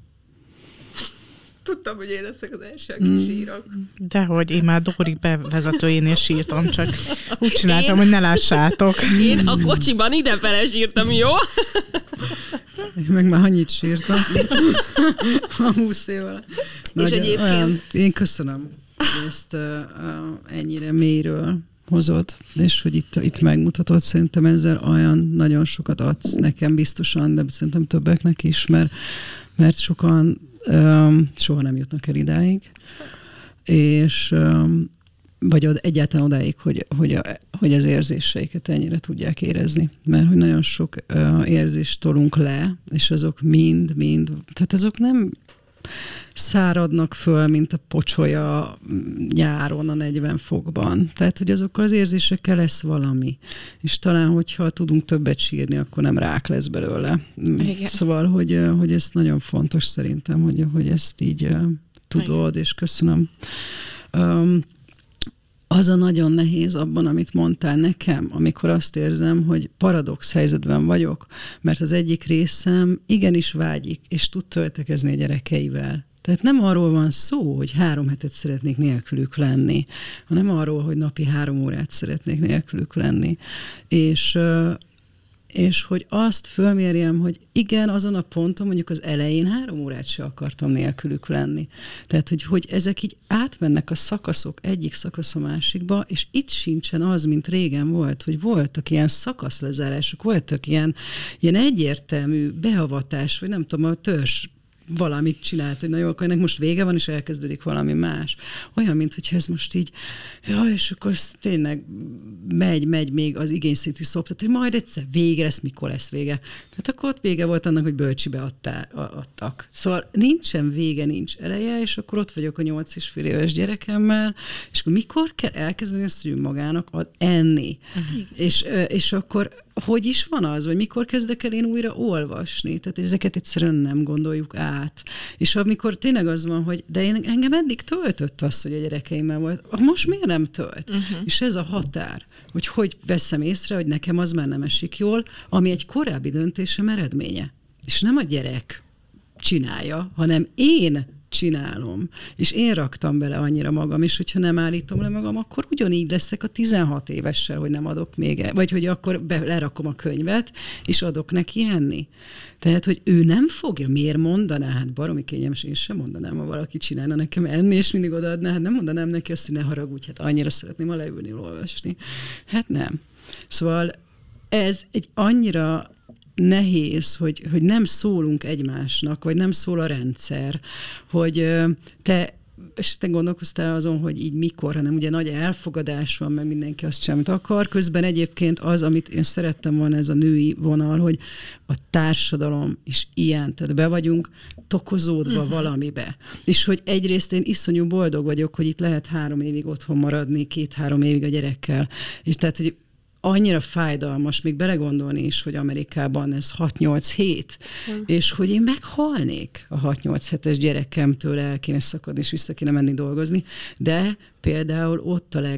[SPEAKER 6] Tudtam, hogy én leszek az első, aki sírok.
[SPEAKER 7] Dehogy, én már Dóri bevezetőjénél sírtam, csak úgy csináltam, hogy ne lássátok.
[SPEAKER 4] Én a kocsiban idefele sírtam, jó?
[SPEAKER 3] Én meg már annyit sírtam. A 20 évvel.
[SPEAKER 6] És egyébként...
[SPEAKER 3] Én köszönöm, hogy ezt ennyire mélyről hozod, és hogy itt megmutatod, szerintem ezzel olyan nagyon sokat adsz nekem biztosan, de szerintem többeknek is, mert sokan soha nem jutnak el idáig, és vagy egyáltalán odáig, hogy az érzéseiket ennyire tudják érezni. Mert hogy nagyon sok érzést tolunk le, és azok mind, tehát azok nem száradnak föl, mint a pocsolya nyáron a 40 fokban. Tehát, hogy azokkal az érzésekkel lesz valami. És talán, hogyha tudunk többet sírni, akkor nem rák lesz belőle. Igen. Szóval, hogy ez nagyon fontos szerintem, hogy ezt így tudod, igen. És köszönöm. Az a nagyon nehéz abban, amit mondtál nekem, amikor azt érzem, hogy paradox helyzetben vagyok, mert az egyik részem igenis vágyik, és tud töltekezni a gyerekeivel. Tehát nem arról van szó, hogy 3 hetet szeretnék nélkülük lenni, hanem arról, hogy napi 3 órát szeretnék nélkülük lenni. És hogy azt fölmérjem, hogy igen, azon a ponton mondjuk az elején 3 órát se akartam nélkülük lenni. Tehát, hogy ezek így átmennek a szakaszok egyik szakasz a másikba, és itt sincsen az, mint régen volt, hogy voltak ilyen szakaszlezárások, voltak ilyen egyértelmű beavatás, vagy nem tudom, a törzs valamit csinált, hogy na jó, akkor ennek most vége van, és elkezdődik valami más. Olyan, mintha ez most így, és akkor ez tényleg megy még az igényszerinti szoptat, hogy majd egyszer vége lesz, mikor lesz vége. Tehát akkor ott vége volt annak, hogy bölcsibe adtak. Szóval nincsen vége, nincs eleje, és akkor ott vagyok a 8,5 éves gyerekemmel, és akkor mikor kell elkezdeni ezt, hogy magának enni. És akkor hogy is van az, vagy mikor kezdek el én újra olvasni? Tehát ezeket egyszerűen nem gondoljuk át. És amikor tényleg az van, hogy de engem eddig töltött az, hogy a gyerekeimmel volt, most miért nem tölt? És ez a határ, hogy veszem észre, hogy nekem az már nem esik jól, ami egy korábbi döntésem eredménye. És nem a gyerek csinálja, hanem én csinálom. És én raktam bele annyira magam, és hogyha nem állítom le magam, akkor ugyanígy leszek a 16 évessel, hogy nem adok még, vagy hogy akkor lerakom a könyvet, és adok neki enni. Tehát, hogy ő nem fogja, miért mondaná? Hát baromi kényelmes, én sem mondanám, ha valaki csinálna nekem enni, és mindig odaadná, hát nem mondanám neki azt, hogy ne haragudj, hát annyira szeretném, ha leülni, olvasni. Hát nem. Szóval ez egy annyira nehéz, hogy nem szólunk egymásnak, vagy nem szól a rendszer, hogy te gondolkoztál azon, hogy így mikor, hanem ugye nagy elfogadás van, meg mindenki azt sem akar. Közben egyébként az, amit én szerettem volna, ez a női vonal, hogy a társadalom is ilyen, tehát be vagyunk tokozódva valamibe. És hogy egyrészt én iszonyú boldog vagyok, hogy itt lehet 3 évig otthon maradni, 2-3 évig a gyerekkel. És tehát, hogy annyira fájdalmas még belegondolni is, hogy Amerikában ez 6-8 hét, és hogy én meghalnék a 6-8 hetes gyerekemtől, el kéne szakadni, és vissza kéne menni dolgozni, de például ott a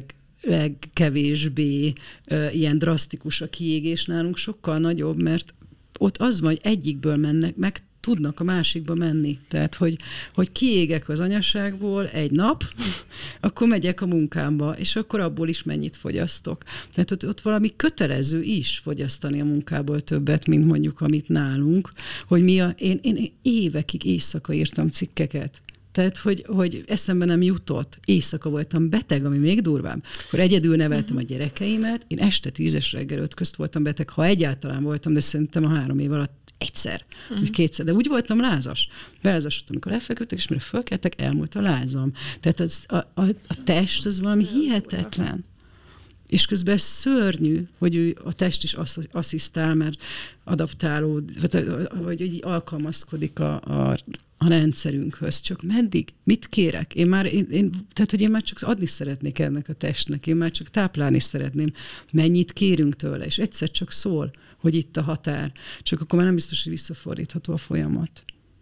[SPEAKER 3] legkevésbé ilyen drasztikus a kiégés, nálunk sokkal nagyobb, mert ott az van, hogy egyikből mennek, meg tudnak a másikba menni. Tehát, hogy kiégek az anyaságból egy nap, akkor megyek a munkámba, és akkor abból is mennyit fogyasztok. Tehát ott valami kötelező is fogyasztani a munkából többet, mint mondjuk, amit nálunk, hogy én évekig éjszaka írtam cikkeket. Tehát, hogy eszembe nem jutott. Éjszaka voltam beteg, ami még durvább. Akkor egyedül neveltem a gyerekeimet, én este 10-es reggel 5 közt voltam beteg, ha egyáltalán voltam, de szerintem a 3 év alatt egyszer, vagy 2-szer, de úgy voltam lázas. Belázasodtam, amikor lefeküdtek, és mire fölkeltek, elmúlt a lázam. Tehát a test az valami hihetetlen. És közben szörnyű, hogy ő, a test is asszisztál, mert vagy így alkalmazkodik a rendszerünkhöz. Csak meddig? Mit kérek? Tehát, hogy én már csak adni szeretnék ennek a testnek, én már csak táplálni szeretném. Mennyit kérünk tőle? És egyszer csak szól, hogy itt a határ. Csak akkor már nem biztos, hogy visszafordítható a folyamat.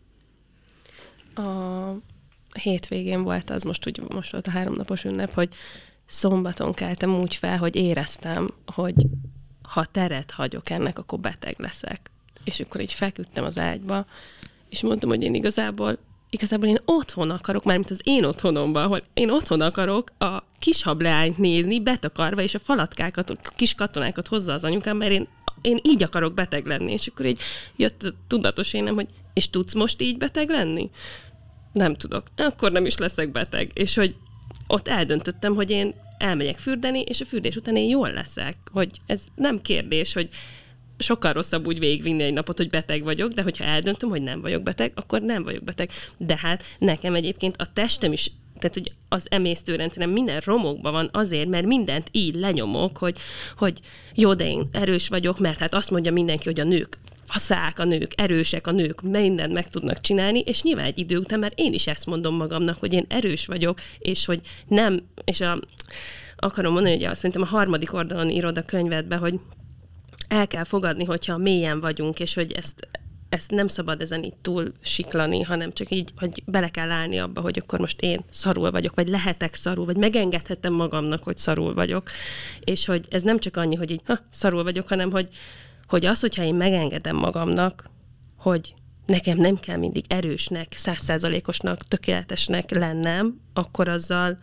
[SPEAKER 4] A hétvégén volt az, most volt a 3 napos ünnep, hogy szombaton keltem úgy fel, hogy éreztem, hogy ha teret hagyok ennek, akkor beteg leszek. És akkor így feküdtem az ágyba, és mondtam, hogy én igazából én otthon akarok, mármint az én otthonomban, ahol én otthon akarok a kis hableányt nézni, betakarva, és a falatkákat, a kis katonákat hozza az anyukám, mert én így akarok beteg lenni. És akkor így jött a tudatos énem, hogy és tudsz most így beteg lenni? Nem tudok. Akkor nem is leszek beteg. És hogy ott eldöntöttem, hogy én elmegyek fürdeni, és a fürdés után én jól leszek. Hogy ez nem kérdés, hogy sokkal rosszabb úgy végigvinni egy napot, hogy beteg vagyok, de hogyha eldöntöm, hogy nem vagyok beteg, akkor nem vagyok beteg. De hát nekem egyébként a testem is, tehát hogy az emésztőrendszerem minden romokban van azért, mert mindent így lenyomok, hogy jó, de én erős vagyok, mert hát azt mondja mindenki, hogy a nők faszák, a nők erősek, a nők mindent meg tudnak csinálni, és nyilván egy idő után már én is ezt mondom magamnak, hogy én erős vagyok, és hogy nem, és akarom mondani, hogy szerintem a 3. oldalon írod a könyvedbe, hogy el kell fogadni, hogyha mélyen vagyunk, és hogy ezt nem szabad ezen így túl siklani, hanem csak így, hogy bele kell állni abba, hogy akkor most én szarul vagyok, vagy lehetek szarul, vagy megengedhetem magamnak, hogy szarul vagyok. És hogy ez nem csak annyi, hogy így szarul vagyok, hanem hogy az, hogyha én megengedem magamnak, hogy nekem nem kell mindig erősnek, 100%-osnak, tökéletesnek lennem, akkor azzal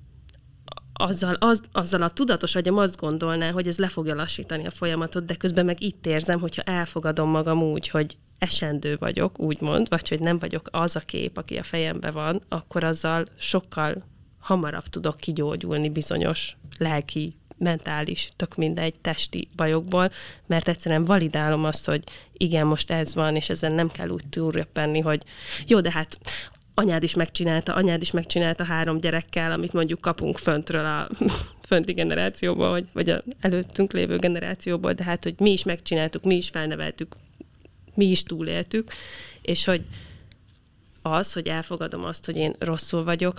[SPEAKER 4] a tudatos agyam azt gondolná, hogy ez le fogja lassítani a folyamatot, de közben meg itt érzem, hogyha elfogadom magam úgy, hogy esendő vagyok, úgymond, vagy hogy nem vagyok az a kép, aki a fejemben van, akkor azzal sokkal hamarabb tudok kigyógyulni bizonyos lelki, mentális, tök mindegy testi bajokból, mert egyszerűen validálom azt, hogy igen, most ez van, és ezen nem kell úgy túlröppenni, hogy jó, de hát anyád is megcsinálta 3 gyerekkel, amit mondjuk kapunk föntről a fönti generációból, vagy az előttünk lévő generációból, de hát, hogy mi is megcsináltuk, mi is felneveltük, mi is túléltük, és hogy hogy elfogadom azt, hogy én rosszul vagyok,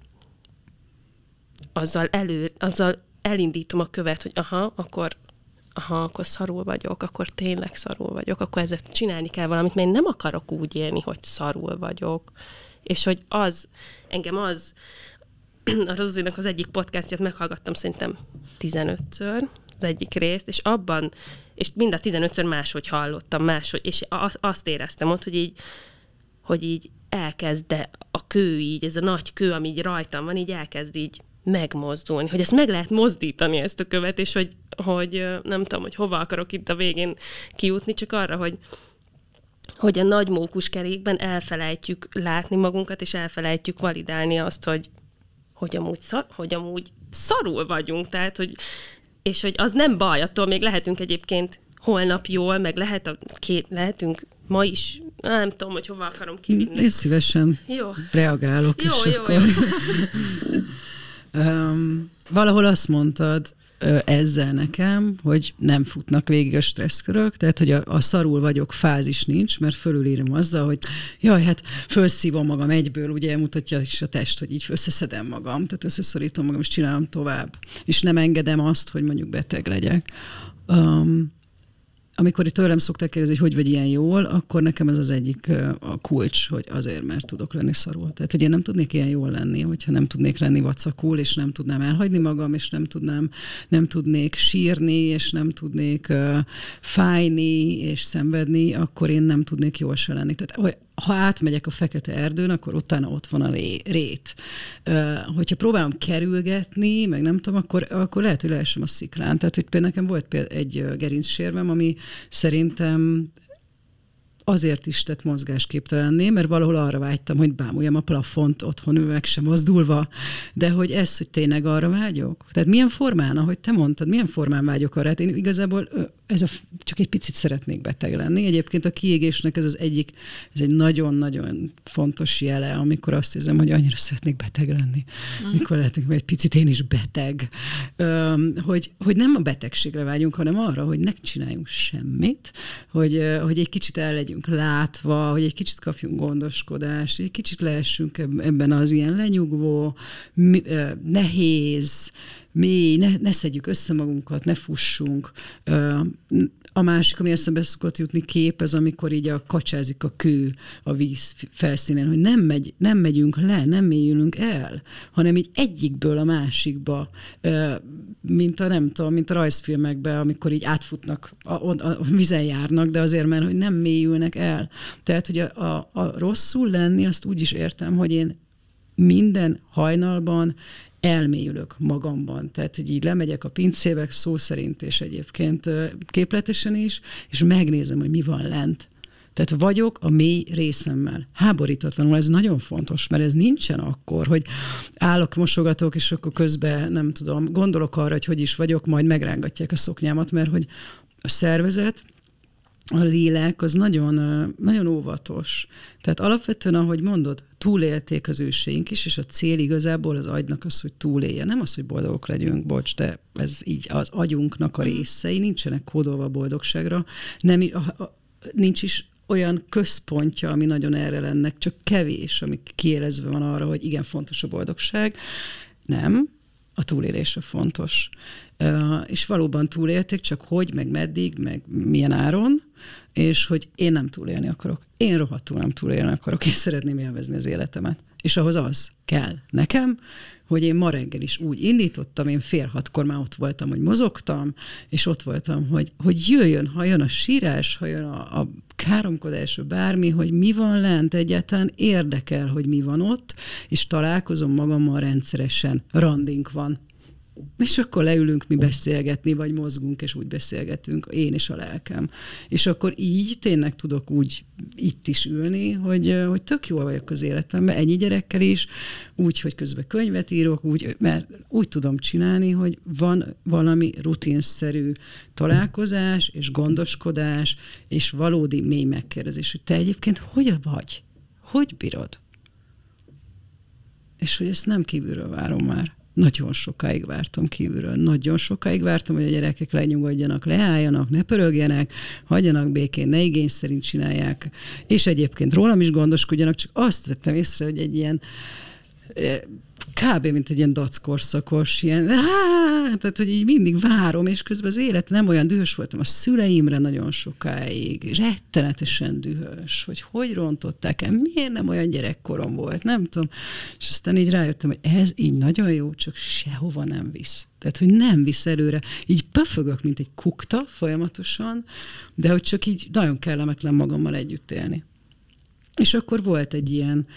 [SPEAKER 4] azzal elindítom a követ, hogy akkor aha, akkor szarul vagyok, akkor tényleg szarul vagyok, akkor ezzel csinálni kell valamit, mert én nem akarok úgy élni, hogy szarul vagyok. És hogy engem a Rozinak az egyik podcastját meghallgattam szerintem 15-ször, az egyik részt, és mind a 15-ször máshogy hallottam, máshogy, és azt éreztem ott, hogy így elkezd a kő így, ez a nagy kő, ami így rajtam van, így elkezd így megmozdulni, hogy ezt meg lehet mozdítani, ezt a követ, és hogy nem tudom, hogy hova akarok itt a végén kijutni, csak arra, hogy a nagy mókuskerékben elfelejtjük látni magunkat, és elfelejtjük validálni azt, hogy amúgy szarul vagyunk, tehát, és hogy az nem baj, attól még lehetünk egyébként holnap jól, meg lehetünk ma is, nem tudom, hogy hova akarom kivinni.
[SPEAKER 3] És szívesen reagálok.
[SPEAKER 4] Jó.
[SPEAKER 3] Valahol azt mondtad ezzel nekem, hogy nem futnak végig a stresszkörök, tehát, hogy a szarul vagyok fázis nincs, mert fölülírom azzal, hogy jaj, hát felszívom magam egyből, ugye mutatja is a test, hogy így összeszedem magam, tehát összeszorítom magam, és csinálom tovább. És nem engedem azt, hogy mondjuk beteg legyek. Amikor itt tőlem szokták kérdezni, hogy vagy ilyen jól, akkor nekem ez az egyik a kulcs, hogy azért, mert tudok lenni szarul. Tehát, hogy én nem tudnék ilyen jól lenni, hogyha nem tudnék lenni vacakul, és nem tudnám elhagyni magam, és nem tudnék sírni, és nem tudnék fájni, és szenvedni, akkor én nem tudnék jól se lenni. Tehát, ha átmegyek a fekete erdőn, akkor utána ott van a rét. Hogyha próbálom kerülgetni, meg nem tudom, akkor lehet, hogy leesem a sziklán. Tehát, hogy például nekem volt egy gerincsérvem, ami szerintem azért is tett mozgásképtelenné, mert valahol arra vágytam, hogy bámuljam a plafont otthon meg sem mozdulva, de hogy hogy tényleg arra vágyok? Tehát milyen formán, ahogy te mondtad, milyen formán vágyok arra? Hát én igazából csak egy picit szeretnék beteg lenni. Egyébként a kiégésnek ez egy nagyon-nagyon fontos jele, amikor azt érzem, hogy annyira szeretnék beteg lenni. Mikor lehetnék egy picit én is beteg. Hogy nem a betegségre vágyunk, hanem arra, hogy ne csináljunk semmit, hogy egy kicsit el legyünk látva, hogy egy kicsit kapjunk gondoskodást, egy kicsit lehessünk ebben az ilyen lenyugvó, nehéz, mély, ne szedjük össze magunkat, ne fussunk. A másik, ami eszembe szokott jutni kép, ez amikor így kacsázik a kő a víz felszínén, hogy nem megyünk le, nem mélyülünk el, hanem így egyikből a másikba, mint a rajzfilmekben, amikor így átfutnak, a vízen járnak, de azért, mert hogy nem mélyülnek el. Tehát, hogy a rosszul lenni, azt úgy is értem, hogy én minden hajnalban elmélyülök magamban. Tehát, hogy így lemegyek a pincébe, szó szerint, és egyébként képletesen is, és megnézem, hogy mi van lent. Tehát vagyok a mély részemmel. Háborítatlanul ez nagyon fontos, mert ez nincsen akkor, hogy állok, mosogatok, és akkor közben, nem tudom, gondolok arra, hogy is vagyok, majd megrángatják a szoknyámat, mert hogy a szervezet, a lélek az nagyon, nagyon óvatos. Tehát alapvetően, ahogy mondod, túlélték az őseink is, és a cél igazából az agynak az, hogy túlélje. Nem az, hogy boldogok legyünk, bocs, de ez így az agyunknak a részei, nincsenek kódolva a boldogságra, nincs is olyan központja, ami nagyon erre lenne, csak kevés, ami kiélezve van arra, hogy igen, fontos a boldogság. Nem, a túlélése fontos. És valóban túlélték, csak hogy, meg meddig, meg milyen áron, és hogy én nem túlélni akarok. Én rohadtul nem túlélni akarok, és szeretném élvezni az életemet. És ahhoz az kell nekem, hogy én ma reggel is úgy indítottam, én 5:30 már ott voltam, hogy mozogtam, és ott voltam, hogy jöjjön, ha jön a sírás, ha jön a káromkodás, bármi, hogy mi van lent, egyáltalán érdekel, hogy mi van ott, és találkozom magammal rendszeresen, randink van. És akkor leülünk mi beszélgetni, vagy mozgunk, és úgy beszélgetünk, én és a lelkem. És akkor így tényleg tudok úgy itt is ülni, hogy tök jól vagyok az életemben, ennyi gyerekkel is, úgy, hogy közben könyvet írok, mert úgy tudom csinálni, hogy van valami rutinszerű találkozás, és gondoskodás, és valódi mély megkérdezés, hogy te egyébként hogy vagy? Hogy bírod? És hogy ezt nem kívülről várom már. Nagyon sokáig vártam kívülről. Nagyon sokáig vártam, hogy a gyerekek lenyugodjanak, leálljanak, ne pörögjenek, hagyjanak békén, ne igény szerint csinálják, és egyébként rólam is gondoskodjanak, csak azt vettem észre, hogy egy ilyen kb. Mint egy ilyen dackorszakos, ilyen, tehát, hogy így mindig várom, és közben az élet nem olyan dühös voltam a szüleimre nagyon sokáig, rettenetesen dühös, hogy rontották el, miért nem olyan gyerekkorom volt, nem tudom. És aztán így rájöttem, hogy ez így nagyon jó, csak sehova nem visz. Tehát, hogy nem visz előre. Így pöfögök, mint egy kukta folyamatosan, de hogy csak így nagyon kellemetlen magammal együtt élni. És akkor volt egy ilyen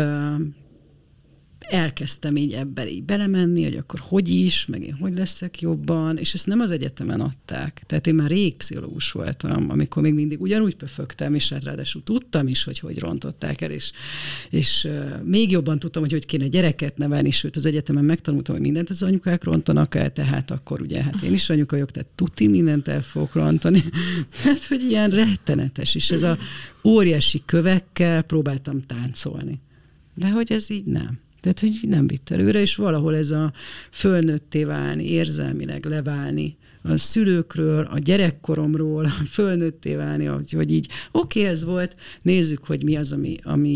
[SPEAKER 3] elkezdtem így ebben így belemenni, hogy akkor hogy is, meg én hogy leszek jobban, és ezt nem az egyetemen adták. Tehát én már rég pszichológus voltam, amikor még mindig ugyanúgy pöfögtem, és hát ráadásul tudtam is, hogy rontották el, és még jobban tudtam, hogy kéne gyereket nevelni, sőt az egyetemen megtanultam, hogy mindent az anyukák rontanak el, tehát akkor ugye, hát én is anyuka vagyok, tehát tuti mindent el fogok rontani. Hát, hogy ilyen rettenetes, és ez a óriási kövekkel próbáltam táncolni. De hogy ez így nem. Tehát, hogy nem vitt előre, és valahol ez a fölnőtté válni, érzelmileg leválni a szülőkről, a gyerekkoromról, fölnőtté válni, hogy így oké, ez volt, nézzük, hogy mi az,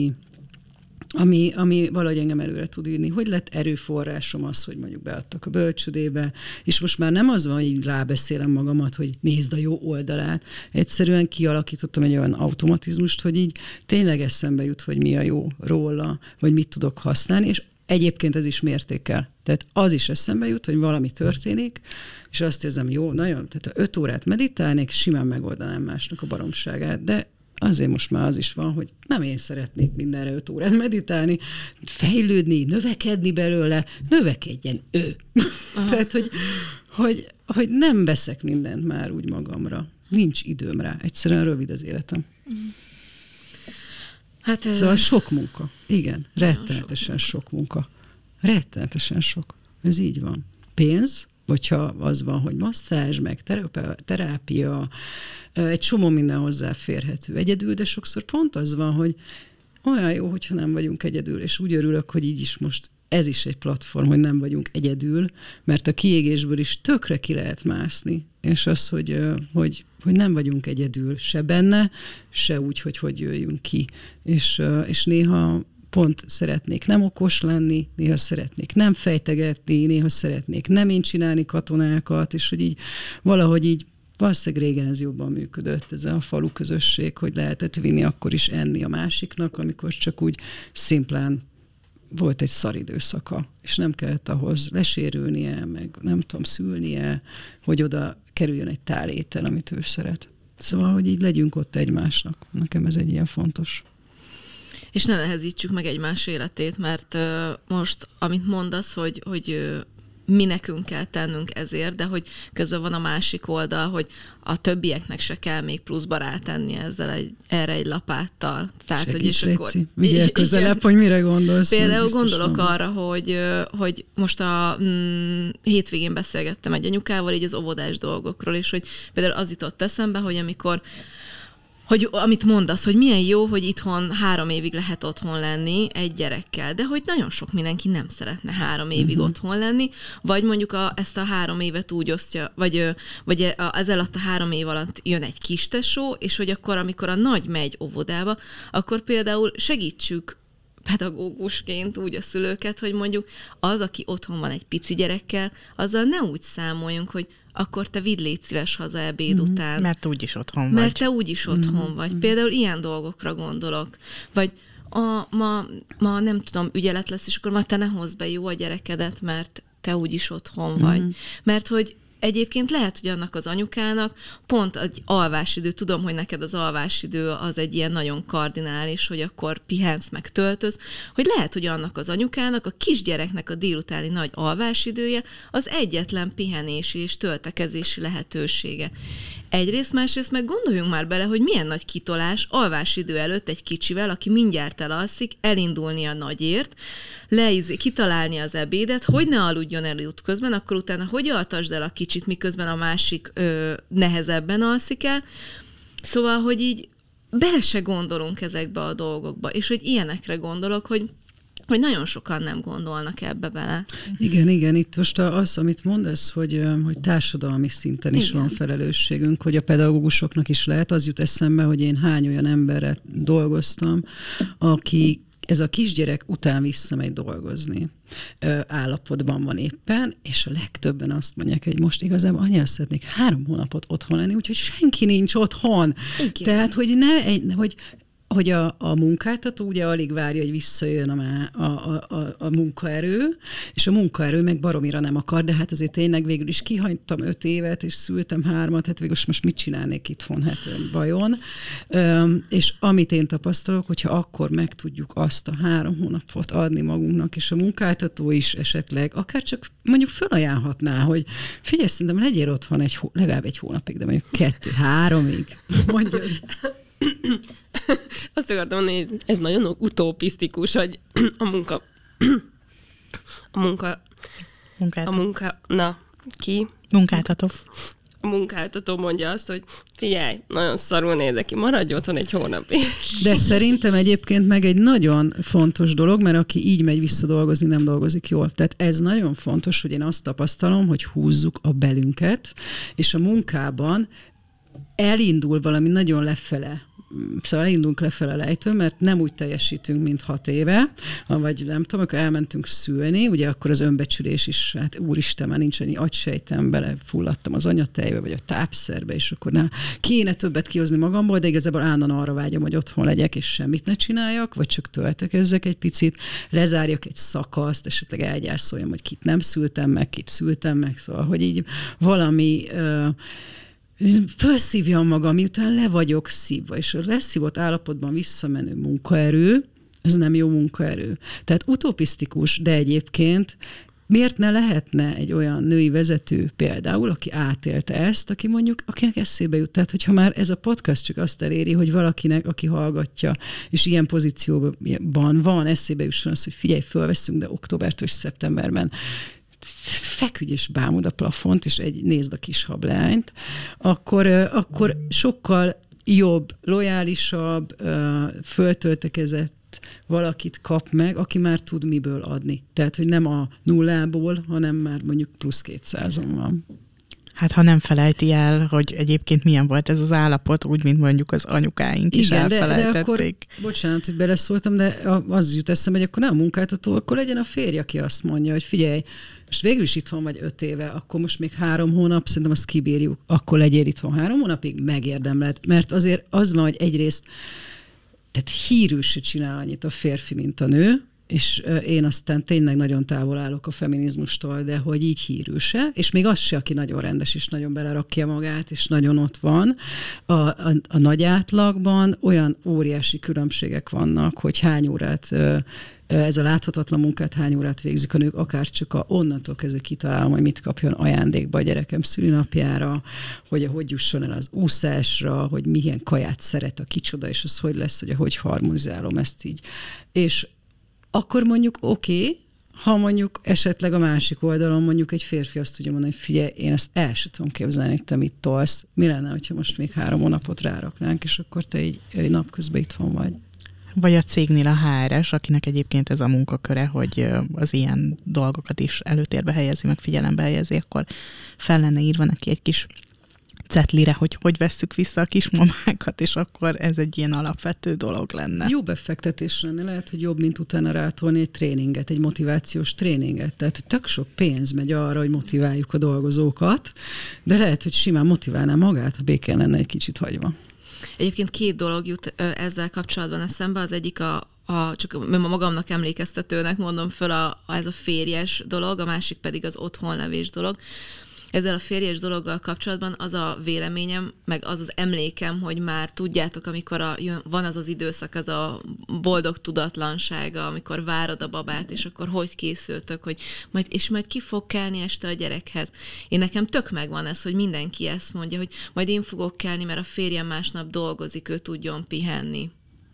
[SPEAKER 3] ami valahogy engem előre tud írni. Hogy lett erőforrásom az, hogy mondjuk beadtak a bölcsődébe, és most már nem az van, hogy így rábeszélem magamat, hogy nézd a jó oldalát. Egyszerűen kialakítottam egy olyan automatizmust, hogy így tényleg eszembe jut, hogy mi a jó róla, vagy mit tudok használni, és egyébként ez is mértékel. Tehát az is eszembe jut, hogy valami történik, és azt érzem, jó, nagyon, tehát 5 órát meditálnék, simán megoldanám másnak a baromságát, de azért most már az is van, hogy nem én szeretnék mindenre 5 órát meditálni, fejlődni, növekedni belőle, növekedjen ő. Tehát, hogy nem veszek mindent már úgy magamra. Nincs időm rá. Egyszerűen rövid az életem. Hát ez szóval sok munka. Igen, rettenetesen sok munka. Rettenetesen sok. Ez így van. Pénz, hogyha az van, hogy masszázs, meg terápia, egy csomó minden hozzáférhető egyedül, de sokszor pont az van, hogy olyan jó, hogyha nem vagyunk egyedül, és úgy örülök, hogy így is most ez is egy platform, hogy nem vagyunk egyedül, mert a kiégésből is tökre ki lehet mászni, és az, hogy nem vagyunk egyedül se benne, se úgy, hogy jöjjünk ki. És néha pont szeretnék nem okos lenni, néha szeretnék nem fejtegetni, néha szeretnék nem én csinálni katonákat, és hogy így valahogy így valószínűleg régen ez jobban működött, ez a falu közösség, hogy lehetett vinni akkor is enni a másiknak, amikor csak úgy szimplán volt egy szaridőszaka, és nem kellett ahhoz lesérülnie, meg nem tudom, szülnie, hogy oda kerüljön egy tál étel, amit ő szeret. Szóval, hogy így legyünk ott egymásnak. Nekem ez egy ilyen fontos.
[SPEAKER 6] És ne nehezítsük meg egymás életét, mert most, amit mondasz, hogy mi nekünk kell tennünk ezért, de hogy közben van a másik oldal, hogy a többieknek se kell még pluszba rátenni erre egy lapáttal. Tehát,
[SPEAKER 3] hogy és akkor vigyél közelebb, hogy mire gondolsz.
[SPEAKER 6] Például gondolok arra, hogy most a hétvégén beszélgettem egy anyukával így az óvodás dolgokról, és hogy például az jutott eszembe, hogy amit mondasz, hogy milyen jó, hogy itthon 3 évig lehet otthon lenni egy gyerekkel, de hogy nagyon sok mindenki nem szeretne 3 évig otthon lenni, vagy mondjuk ezt a 3 évet úgy osztja, vagy ez alatt a 3 év alatt jön egy kistesó, és hogy akkor, amikor a nagy megy óvodába, akkor például segítsük pedagógusként úgy a szülőket, hogy mondjuk az, aki otthon van egy pici gyerekkel, azzal ne úgy számoljunk, hogy akkor te vidd légy szíves haza ebéd után.
[SPEAKER 7] Mert te úgyis otthon vagy.
[SPEAKER 6] Mert te úgyis otthon vagy. Például ilyen dolgokra gondolok. Vagy ma nem tudom, ügyelet lesz, és akkor ma te ne hozz be jó a gyerekedet, mert te úgyis otthon vagy. Mert hogy egyébként lehet, hogy annak az anyukának pont egy alvásidő, tudom, hogy neked az alvásidő az egy ilyen nagyon kardinális, hogy akkor pihensz meg töltöz, hogy lehet, hogy annak az anyukának, a kisgyereknek a délutáni nagy alvásidője az egyetlen pihenési és töltekezési lehetősége. Egyrészt, másrészt meg gondoljunk már bele, hogy milyen nagy kitolás alvásidő előtt egy kicsivel, aki mindjárt elalszik, elindulni a nagyért, kitalálni az ebédet, hogy ne aludjon el útközben, akkor utána hogy altasd el a kicsit, miközben a másik nehezebben alszik el. Szóval, hogy így bele se gondolunk ezekbe a dolgokba, és hogy ilyenekre gondolok, hogy nagyon sokan nem gondolnak ebbe bele.
[SPEAKER 3] Igen, itt most az, amit mondasz, hogy társadalmi szinten is van felelősségünk, hogy a pedagógusoknak is lehet, az jut eszembe, hogy én hány olyan emberrel dolgoztam, aki ez a kisgyerek után visszamegy dolgozni állapotban van éppen, és a legtöbben azt mondják, hogy most igazából annyira szeretnék 3 hónapot otthon lenni, úgyhogy senki nincs otthon. Igen. Tehát, hogy a munkáltató ugye alig várja, hogy visszajön a munkaerő, és a munkaerő meg baromira nem akar, de hát azért tényleg végül is kihagytam 5 évet, és szültem 3, hát végül most mit csinálnék itthon, hát vajon. És amit én tapasztalok, hogyha akkor meg tudjuk azt a 3 hónapot adni magunknak, és a munkáltató is esetleg, akár csak mondjuk felajánlhatná, hogy figyelj, szerintem legyél otthon legalább 1 hónapig, de mondjuk 2-3-ig. Mondja,
[SPEAKER 4] azt akartam mondani, hogy ez nagyon utopisztikus, hogy a munkáltató mondja azt, hogy figyelj, nagyon szarul nézek ki, maradj otthon 1 hónapig.
[SPEAKER 3] De szerintem egyébként meg egy nagyon fontos dolog, mert aki így megy visszadolgozni, nem dolgozik jól. Tehát ez nagyon fontos, hogy én azt tapasztalom, hogy húzzuk a belünket, és a munkában elindul valami nagyon lefele. Szóval elindulunk lefele lejtőn, mert nem úgy teljesítünk, mint 6 éve, vagy nem tudom, amikor elmentünk szülni, ugye akkor az önbecsülés is, hát úristen, már nincs annyi agysejtem, belefulladtam az anyatejbe, vagy a tápszerbe, és akkor kéne többet kihozni magamból, de igazából állandóan arra vágyom, hogy otthon legyek, és semmit ne csináljak, vagy csak töltekezzek egy picit, lezárjak egy szakaszt, esetleg elgyászoljam, hogy kit nem szültem meg, kit szültem meg, szóval, hogy így valami felszívjam magam, miután le vagyok szívva, és a leszívott állapotban visszamenő munkaerő, ez nem jó munkaerő. Tehát utopisztikus, de egyébként miért ne lehetne egy olyan női vezető például, aki átélte ezt, aki mondjuk, akinek eszébe jut. Tehát, hogyha már ez a podcast csak azt eléri, hogy valakinek, aki hallgatja, és ilyen pozícióban van, eszébe jusson az, hogy figyelj, fölveszünk, de októbertől és szeptemberben feküdj és bámud a plafont, és nézd a kis hableányt, akkor sokkal jobb, lojálisabb, föltöltekezett valakit kap meg, aki már tud miből adni. Tehát, hogy nem a nullából, hanem már mondjuk plusz 200-on van.
[SPEAKER 7] Hát ha nem felejti el, hogy egyébként milyen volt ez az állapot, úgy, mint mondjuk az anyukáink is elfelejtették.
[SPEAKER 3] De akkor, bocsánat, hogy beleszóltam, de az jut eszembe, hogy akkor nem a munkáltató, akkor legyen a férj, aki azt mondja, hogy figyelj, most végül is itthon vagy 5 éve, akkor most még 3 hónap, szerintem azt kibírjuk, akkor legyél itthon 3 hónapig, megérdemled. Mert azért az van, hogy egyrészt, tehát hírű se csinál annyit a férfi, mint a nő, és én aztán tényleg nagyon távol állok a feminizmustól, de hogy így hírű se, és még az se, aki nagyon rendes, és nagyon belerakja magát, és nagyon ott van. A nagy átlagban olyan óriási különbségek vannak, hogy hány órát ez a láthatatlan munkát hány órát végzik a nők, akár csak onnantól kezdve kitalálom, hogy mit kapjon ajándékba a gyerekem szülinapjára, hogy jusson el az úszásra, hogy milyen kaját szeret a kicsoda, és az hogy lesz, hogy harmonizálom ezt így. És akkor mondjuk oké, ha mondjuk esetleg a másik oldalon mondjuk egy férfi azt tudja mondani, hogy figyelj, én ezt el sem tudom képzelni, hogy te mit tolsz. Mi lenne, hogyha most még 3 hónapot ráraknánk, és akkor te egy napközben itthon vagy.
[SPEAKER 7] Vagy a cégnél a HR-es, akinek egyébként ez a munkaköre, hogy az ilyen dolgokat is előtérbe helyezi, meg figyelembe helyezi, akkor fel lenne írva neki egy kis cetlire, hogy vesszük vissza a kismamákat, és akkor ez egy ilyen alapvető dolog lenne.
[SPEAKER 3] Jó befektetés lenne, lehet, hogy jobb, mint utána rátolni egy tréninget, egy motivációs tréninget. Tehát tök sok pénz megy arra, hogy motiváljuk a dolgozókat, de lehet, hogy simán motiválná magát, ha békén lenne egy kicsit hagyva.
[SPEAKER 6] Egyébként 2 dolog jut ezzel kapcsolatban eszembe. Az egyik csak magamnak emlékeztetőnek mondom föl ez a férjes dolog, a másik pedig az otthonlevés dolog. Ezzel a férjes dologgal kapcsolatban az a véleményem, meg az az emlékem, hogy már tudjátok, amikor van az az időszak, az a boldog tudatlansága, amikor várod a babát, és akkor hogy készültök, hogy majd ki fog kelni este a gyerekhez. Én nekem tök megvan ez, hogy mindenki ezt mondja, hogy majd én fogok kelni, mert a férjem másnap dolgozik, ő tudjon pihenni.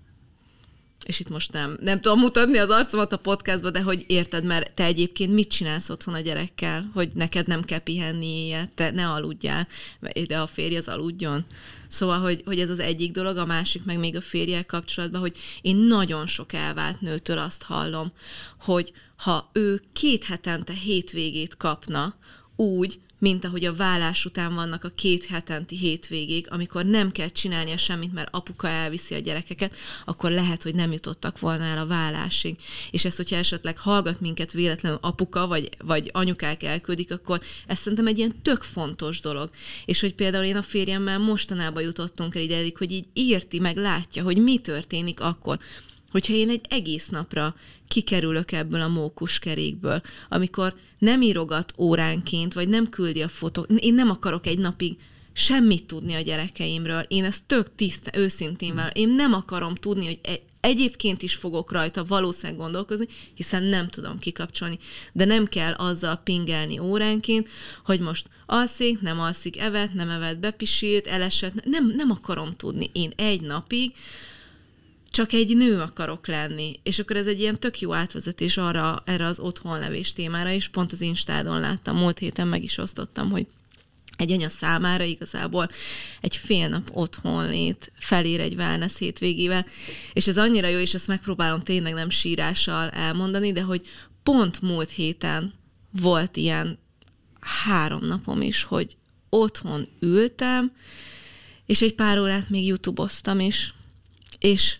[SPEAKER 6] És itt most nem tudom mutatni az arcomat a podcastba, de hogy érted, mert te egyébként mit csinálsz otthon a gyerekkel, hogy neked nem kell pihenni éjjel, te ne aludjál, de a férj az aludjon. Szóval, hogy ez az egyik dolog, a másik meg még a férjel kapcsolatban, hogy én nagyon sok elvált nőtől azt hallom, hogy ha ő 2 hetente hétvégét kapna úgy, mint ahogy a vállás után vannak a 2 hetenti hétvégék, amikor nem kell csinálnia semmit, mert apuka elviszi a gyerekeket, akkor lehet, hogy nem jutottak volna el a vállásig. És ezt, hogyha esetleg hallgat minket véletlenül apuka, vagy anyukák elküldik, akkor ez szerintem egy ilyen tök fontos dolog. És hogy például én a férjemmel mostanában jutottunk el ideig, hogy így érti, meg látja, hogy mi történik akkor, hogyha én egy egész napra kikerülök ebből a mókuskerékből, amikor nem írogat óránként, vagy nem küldi a fotót, én nem akarok egy napig semmit tudni a gyerekeimről, én ezt tök őszintén vele, én nem akarom tudni, hogy egyébként is fogok rajta valószínűleg gondolkozni, hiszen nem tudom kikapcsolni, de nem kell azzal pingelni óránként, hogy most alszik, nem alszik, evett, nem evett, bepisilt, elesett, nem akarom tudni. Én egy napig csak egy nő akarok lenni. És akkor ez egy ilyen tök jó átvezetés erre az otthonlevés témára, és pont az Instádon láttam, múlt héten meg is osztottam, hogy egy anya számára igazából egy fél nap otthonlét felér egy wellness hétvégével, és ez annyira jó, és ezt megpróbálom tényleg nem sírással elmondani, de hogy pont múlt héten volt ilyen 3 napom is, hogy otthon ültem, és egy pár órát még YouTube-oztam is, és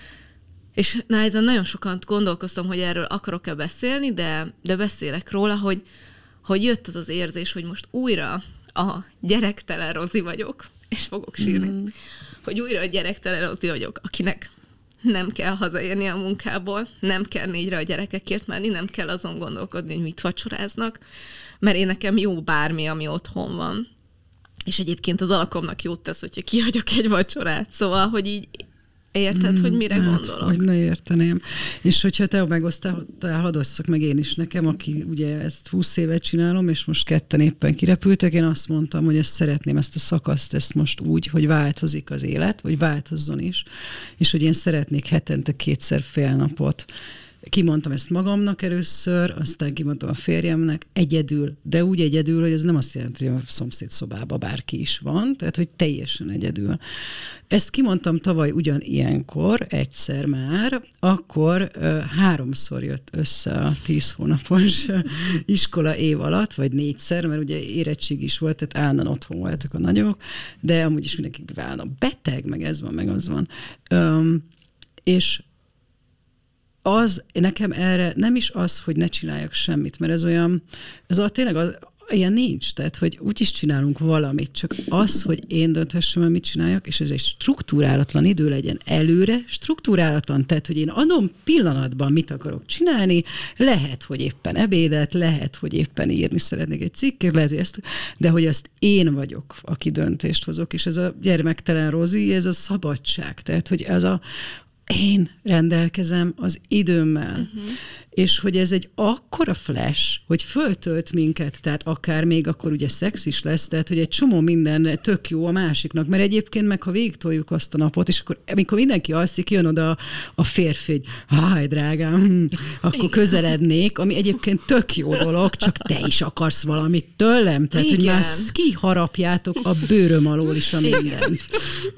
[SPEAKER 6] nagyon sokan gondolkoztam, hogy erről akarok-e beszélni, de beszélek róla, hogy jött az érzés, hogy most újra a gyerektelen Rozi vagyok, és fogok sírni, hogy újra a gyerektelen Rozi vagyok, akinek nem kell hazaérni a munkából, nem kell 4-re a gyerekekért menni, nem kell azon gondolkodni, hogy mit vacsoráznak, mert én nekem jó bármi, ami otthon van. És egyébként az alakomnak jót tesz, hogyha kihagyok egy vacsorát. Szóval, hogy így érted, hogy mire gondolok?
[SPEAKER 3] Hogy ne érteném. És hogyha te megosztál, hadd osszak meg én is nekem, aki ugye ezt 20 évet csinálom, és most ketten éppen kirepültek, én azt mondtam, hogy ezt szeretném, ezt a szakaszt, ezt most úgy, hogy változik az élet, vagy változzon is, és hogy én szeretnék hetente 2-szer fél napot. Kimondtam ezt magamnak először, aztán kimondtam a férjemnek, egyedül, de úgy egyedül, hogy ez nem azt jelenti, hogy a szomszéd szobában bárki is van, tehát hogy teljesen egyedül. Ezt kimondtam tavaly ugyanilyenkor, egyszer már, akkor 3-szor jött össze a 10 hónapos iskola év alatt, vagy 4-szer, mert ugye érettség is volt, tehát állandóan otthon voltak a nagyok, de amúgy is mindenki válna beteg, meg ez van, meg az van. És nekem erre nem is az, hogy ne csináljak semmit, mert ez olyan, tényleg ilyen nincs, tehát, hogy úgyis csinálunk valamit, csak az, hogy én dönthessem el, mit csináljak, és ez egy struktúrálatlan idő legyen előre, struktúrálatlan, tehát, hogy én adom pillanatban, mit akarok csinálni, lehet, hogy éppen ebédet, lehet, hogy éppen írni szeretnék egy cikket, lehet, hogy ezt, de hogy azt én vagyok, aki döntést hozok, és ez a gyermektelen Rozi, ez a szabadság, tehát, hogy ez én rendelkezem az időmmel. És hogy ez egy akkora flash, hogy föltölt minket, tehát akár még akkor ugye szex is lesz, tehát hogy egy csomó minden tök jó a másiknak, mert egyébként meg ha végigtoljuk azt a napot, és akkor amikor mindenki alszik, jön oda a férfi, hogy háj, drágám, akkor közelednék, ami egyébként tök jó dolog, csak te is akarsz valamit tőlem, tehát hogy már kiharapjátok a bőröm alól is a mindent.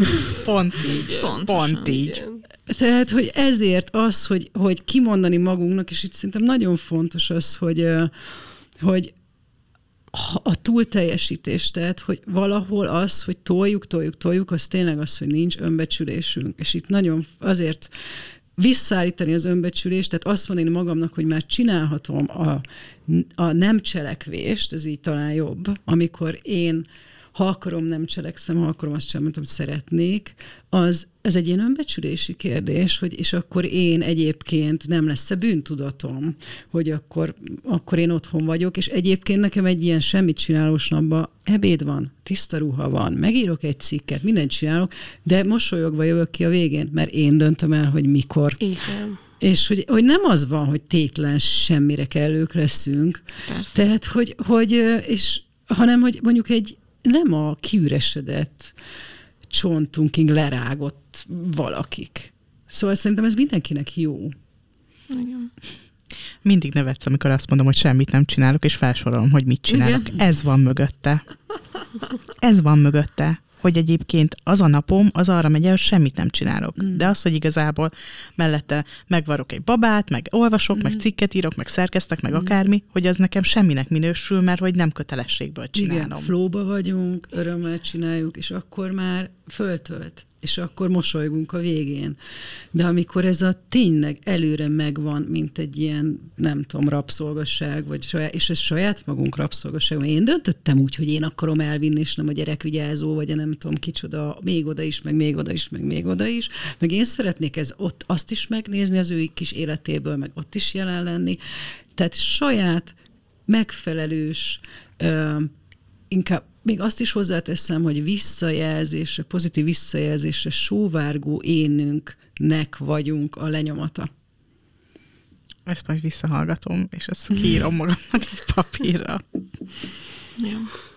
[SPEAKER 7] Pont így.
[SPEAKER 3] Tehát, hogy ezért az, hogy kimondani magunknak, és itt szerintem nagyon fontos az, hogy a túlteljesítés, tehát, hogy valahol az, hogy toljuk, az tényleg az, hogy nincs önbecsülésünk. És itt nagyon azért visszaállítani az önbecsülést, tehát azt mondani magamnak, hogy már csinálhatom a nem cselekvést, ez így talán jobb, amikor én ha akarom, nem cselekszem, ha akarom, azt sem mondtam, hogy szeretnék, ez egy ilyen önbecsülési kérdés, és akkor én egyébként nem lesz-e bűntudatom, hogy akkor én otthon vagyok, és egyébként nekem egy ilyen semmit csinálós napban ebéd van, tiszta ruha van, megírok egy cikket, mindent csinálok, de mosolyogva jövök ki a végén, mert én döntöm el, hogy mikor.
[SPEAKER 4] Igen.
[SPEAKER 3] És hogy nem az van, hogy tétlen semmire kellők leszünk.
[SPEAKER 6] Persze.
[SPEAKER 3] Tehát, hanem, hogy mondjuk nem a kiüresedett csontunkig lerágott valakik. Szóval szerintem ez mindenkinek jó.
[SPEAKER 6] Igen.
[SPEAKER 7] Mindig nevetsz, amikor azt mondom, hogy semmit nem csinálok, és felsorolom, hogy mit csinálok. Igen. Ez van mögötte. hogy egyébként az a napom, az arra megy el, hogy semmit nem csinálok. De az, hogy igazából mellette megvarok egy babát, meg olvasok, meg cikket írok, meg szerkesztek, meg akármi, hogy az nekem semminek minősül, mert hogy nem kötelességből csinálom.
[SPEAKER 3] Igen, flowba vagyunk, örömmel csináljuk, és akkor már föltölt, és akkor mosolygunk a végén. De amikor ez a tényleg előre megvan, mint egy ilyen, nem tudom, rabszolgasság, és ez saját magunk rabszolgasság. Én döntöttem úgy, hogy én akarom elvinni, és nem a gyerekvigyázó, vagy a nem tudom kicsoda, még oda is, meg még oda is, meg még oda is. Meg én szeretnék ott azt is megnézni az ő kis életéből, meg ott is jelen lenni. Tehát saját megfelelős, inkább még azt is hozzáteszem, hogy visszajelzésre, pozitív visszajelzésre sóvárgó énünknek vagyunk a lenyomata.
[SPEAKER 7] Ezt majd visszahallgatom, és ezt kiírom magamnak egy papírra.
[SPEAKER 6] Jó.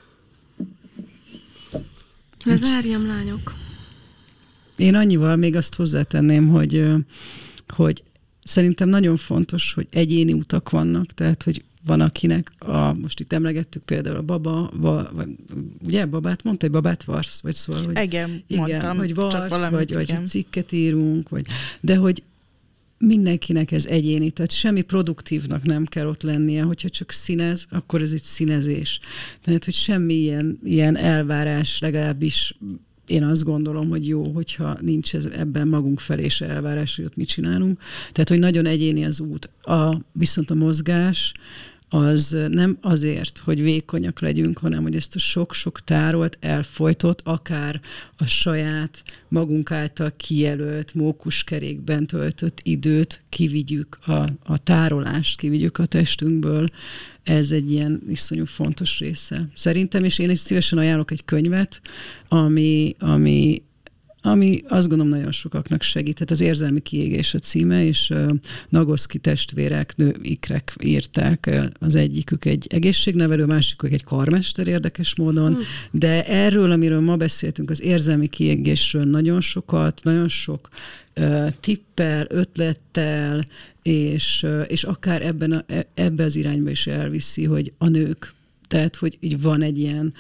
[SPEAKER 6] Lezárjam, lányok.
[SPEAKER 3] Én annyival még azt hozzátenném, hogy szerintem nagyon fontos, hogy egyéni utak vannak, tehát, hogy van akinek, most itt emlegettük például a baba, ugye babát mondta, hogy babát varsz, vagy szóval, hogy
[SPEAKER 7] igen, mondtam,
[SPEAKER 3] hogy varsz, vagy hogy cikket írunk, de hogy mindenkinek ez egyéni, tehát semmi produktívnak nem kell ott lennie, hogyha csak színez, akkor ez egy színezés. Tehát, hogy semmi ilyen elvárás, legalábbis én azt gondolom, hogy jó, hogyha nincs ebben magunk felé se elvárás, hogy ott mit csinálunk. Tehát, hogy nagyon egyéni az út. Viszont a mozgás az nem azért, hogy vékonyak legyünk, hanem hogy ezt a sok-sok tárolt, elfojtott, akár a saját magunk által kijelölt, mókuskerékben töltött időt kivigyük, a tárolást kivigyük a testünkből. Ez egy ilyen iszonyú fontos része. Szerintem, és én is szívesen ajánlok egy könyvet, ami azt gondolom nagyon sokaknak segített. Az Érzelmi kiégés a címe, és Nagoszki testvérek, ikrek írták. Az egyikük egy egészségnevelő, másikük egy karmester érdekes módon, de erről, amiről ma beszéltünk, az érzelmi kiégésről nagyon sok tippel, ötlettel, és akár ebbe az irányba is elviszi, hogy a nők, tehát, hogy így van egy ilyen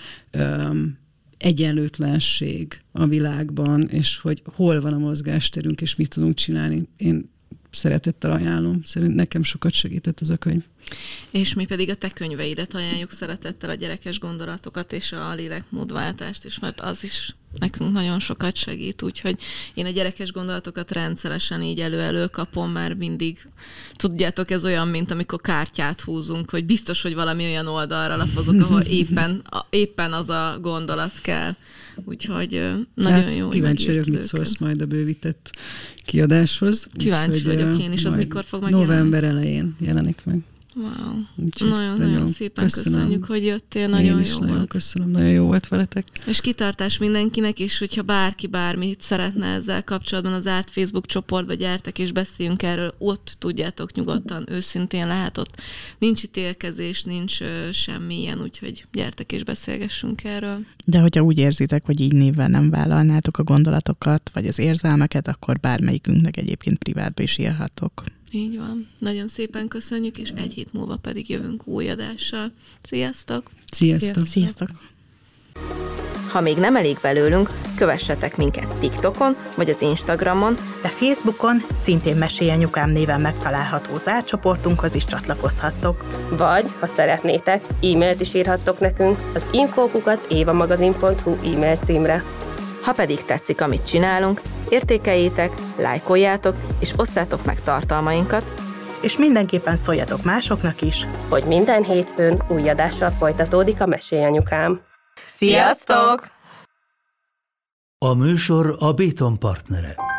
[SPEAKER 3] egyenlőtlenség a világban, és hogy hol van a mozgásterünk, és mit tudunk csinálni. Én szeretettel ajánlom. Szerintem nekem sokat segített ez a könyv.
[SPEAKER 6] És mi pedig a te könyveidet ajánljuk szeretettel, a gyerekes gondolatokat és a lélekmódváltást is, mert az is nekünk nagyon sokat segít, úgyhogy én a gyerekes gondolatokat rendszeresen így elő kapom, már mindig, tudjátok, ez olyan, mint amikor kártyát húzunk, hogy biztos, hogy valami olyan oldalra lapozok, ahol éppen az a gondolat kell. Úgyhogy nagyon jó.
[SPEAKER 3] Kíváncsi vagyok, mit szólsz majd a bővített kiadáshoz.
[SPEAKER 6] Kíváncsi vagyok én is, az mikor fog megjelenni?
[SPEAKER 3] November elején jelenik meg.
[SPEAKER 6] Wow. Nagyon szépen köszönjük, hogy jöttél, nagyon jó volt.
[SPEAKER 3] Köszönöm, nagyon jó volt veletek.
[SPEAKER 6] És kitartás mindenkinek, és hogyha bárki bármit szeretne ezzel kapcsolatban az Árt Facebook csoportba, gyertek és beszéljünk erről, ott tudjátok nyugodtan, őszintén lehet ott. Nincs ítélkezés, nincs semmi ilyen, úgyhogy gyertek és beszélgessünk erről.
[SPEAKER 7] De hogyha úgy érzitek, hogy így névvel nem vállalnátok a gondolatokat, vagy az érzelmeket, akkor bármelyikünknek egyébként privátba is írhatok.
[SPEAKER 6] Így van. Nagyon szépen köszönjük, és egy hét múlva pedig jövünk új adással. Sziasztok!
[SPEAKER 7] Sziasztok!
[SPEAKER 5] Ha még nem elég belőlünk, kövessetek minket TikTokon vagy az Instagramon,
[SPEAKER 8] de Facebookon szintén Mesélj Anyukám néven megtalálható zárt csoportunkhoz is csatlakozhattok.
[SPEAKER 4] Vagy, ha szeretnétek, e-mailt is írhattok nekünk az info@évamagazin.hu e-mail címre.
[SPEAKER 5] Ha pedig tetszik, amit csinálunk, értékeljétek, lájkoljátok és osszátok meg tartalmainkat,
[SPEAKER 8] és mindenképpen szóljatok másoknak is,
[SPEAKER 4] hogy minden hétfőn új adással folytatódik a Mesélj Anyukám.
[SPEAKER 5] Sziasztok!
[SPEAKER 1] A műsor a Béton partnere.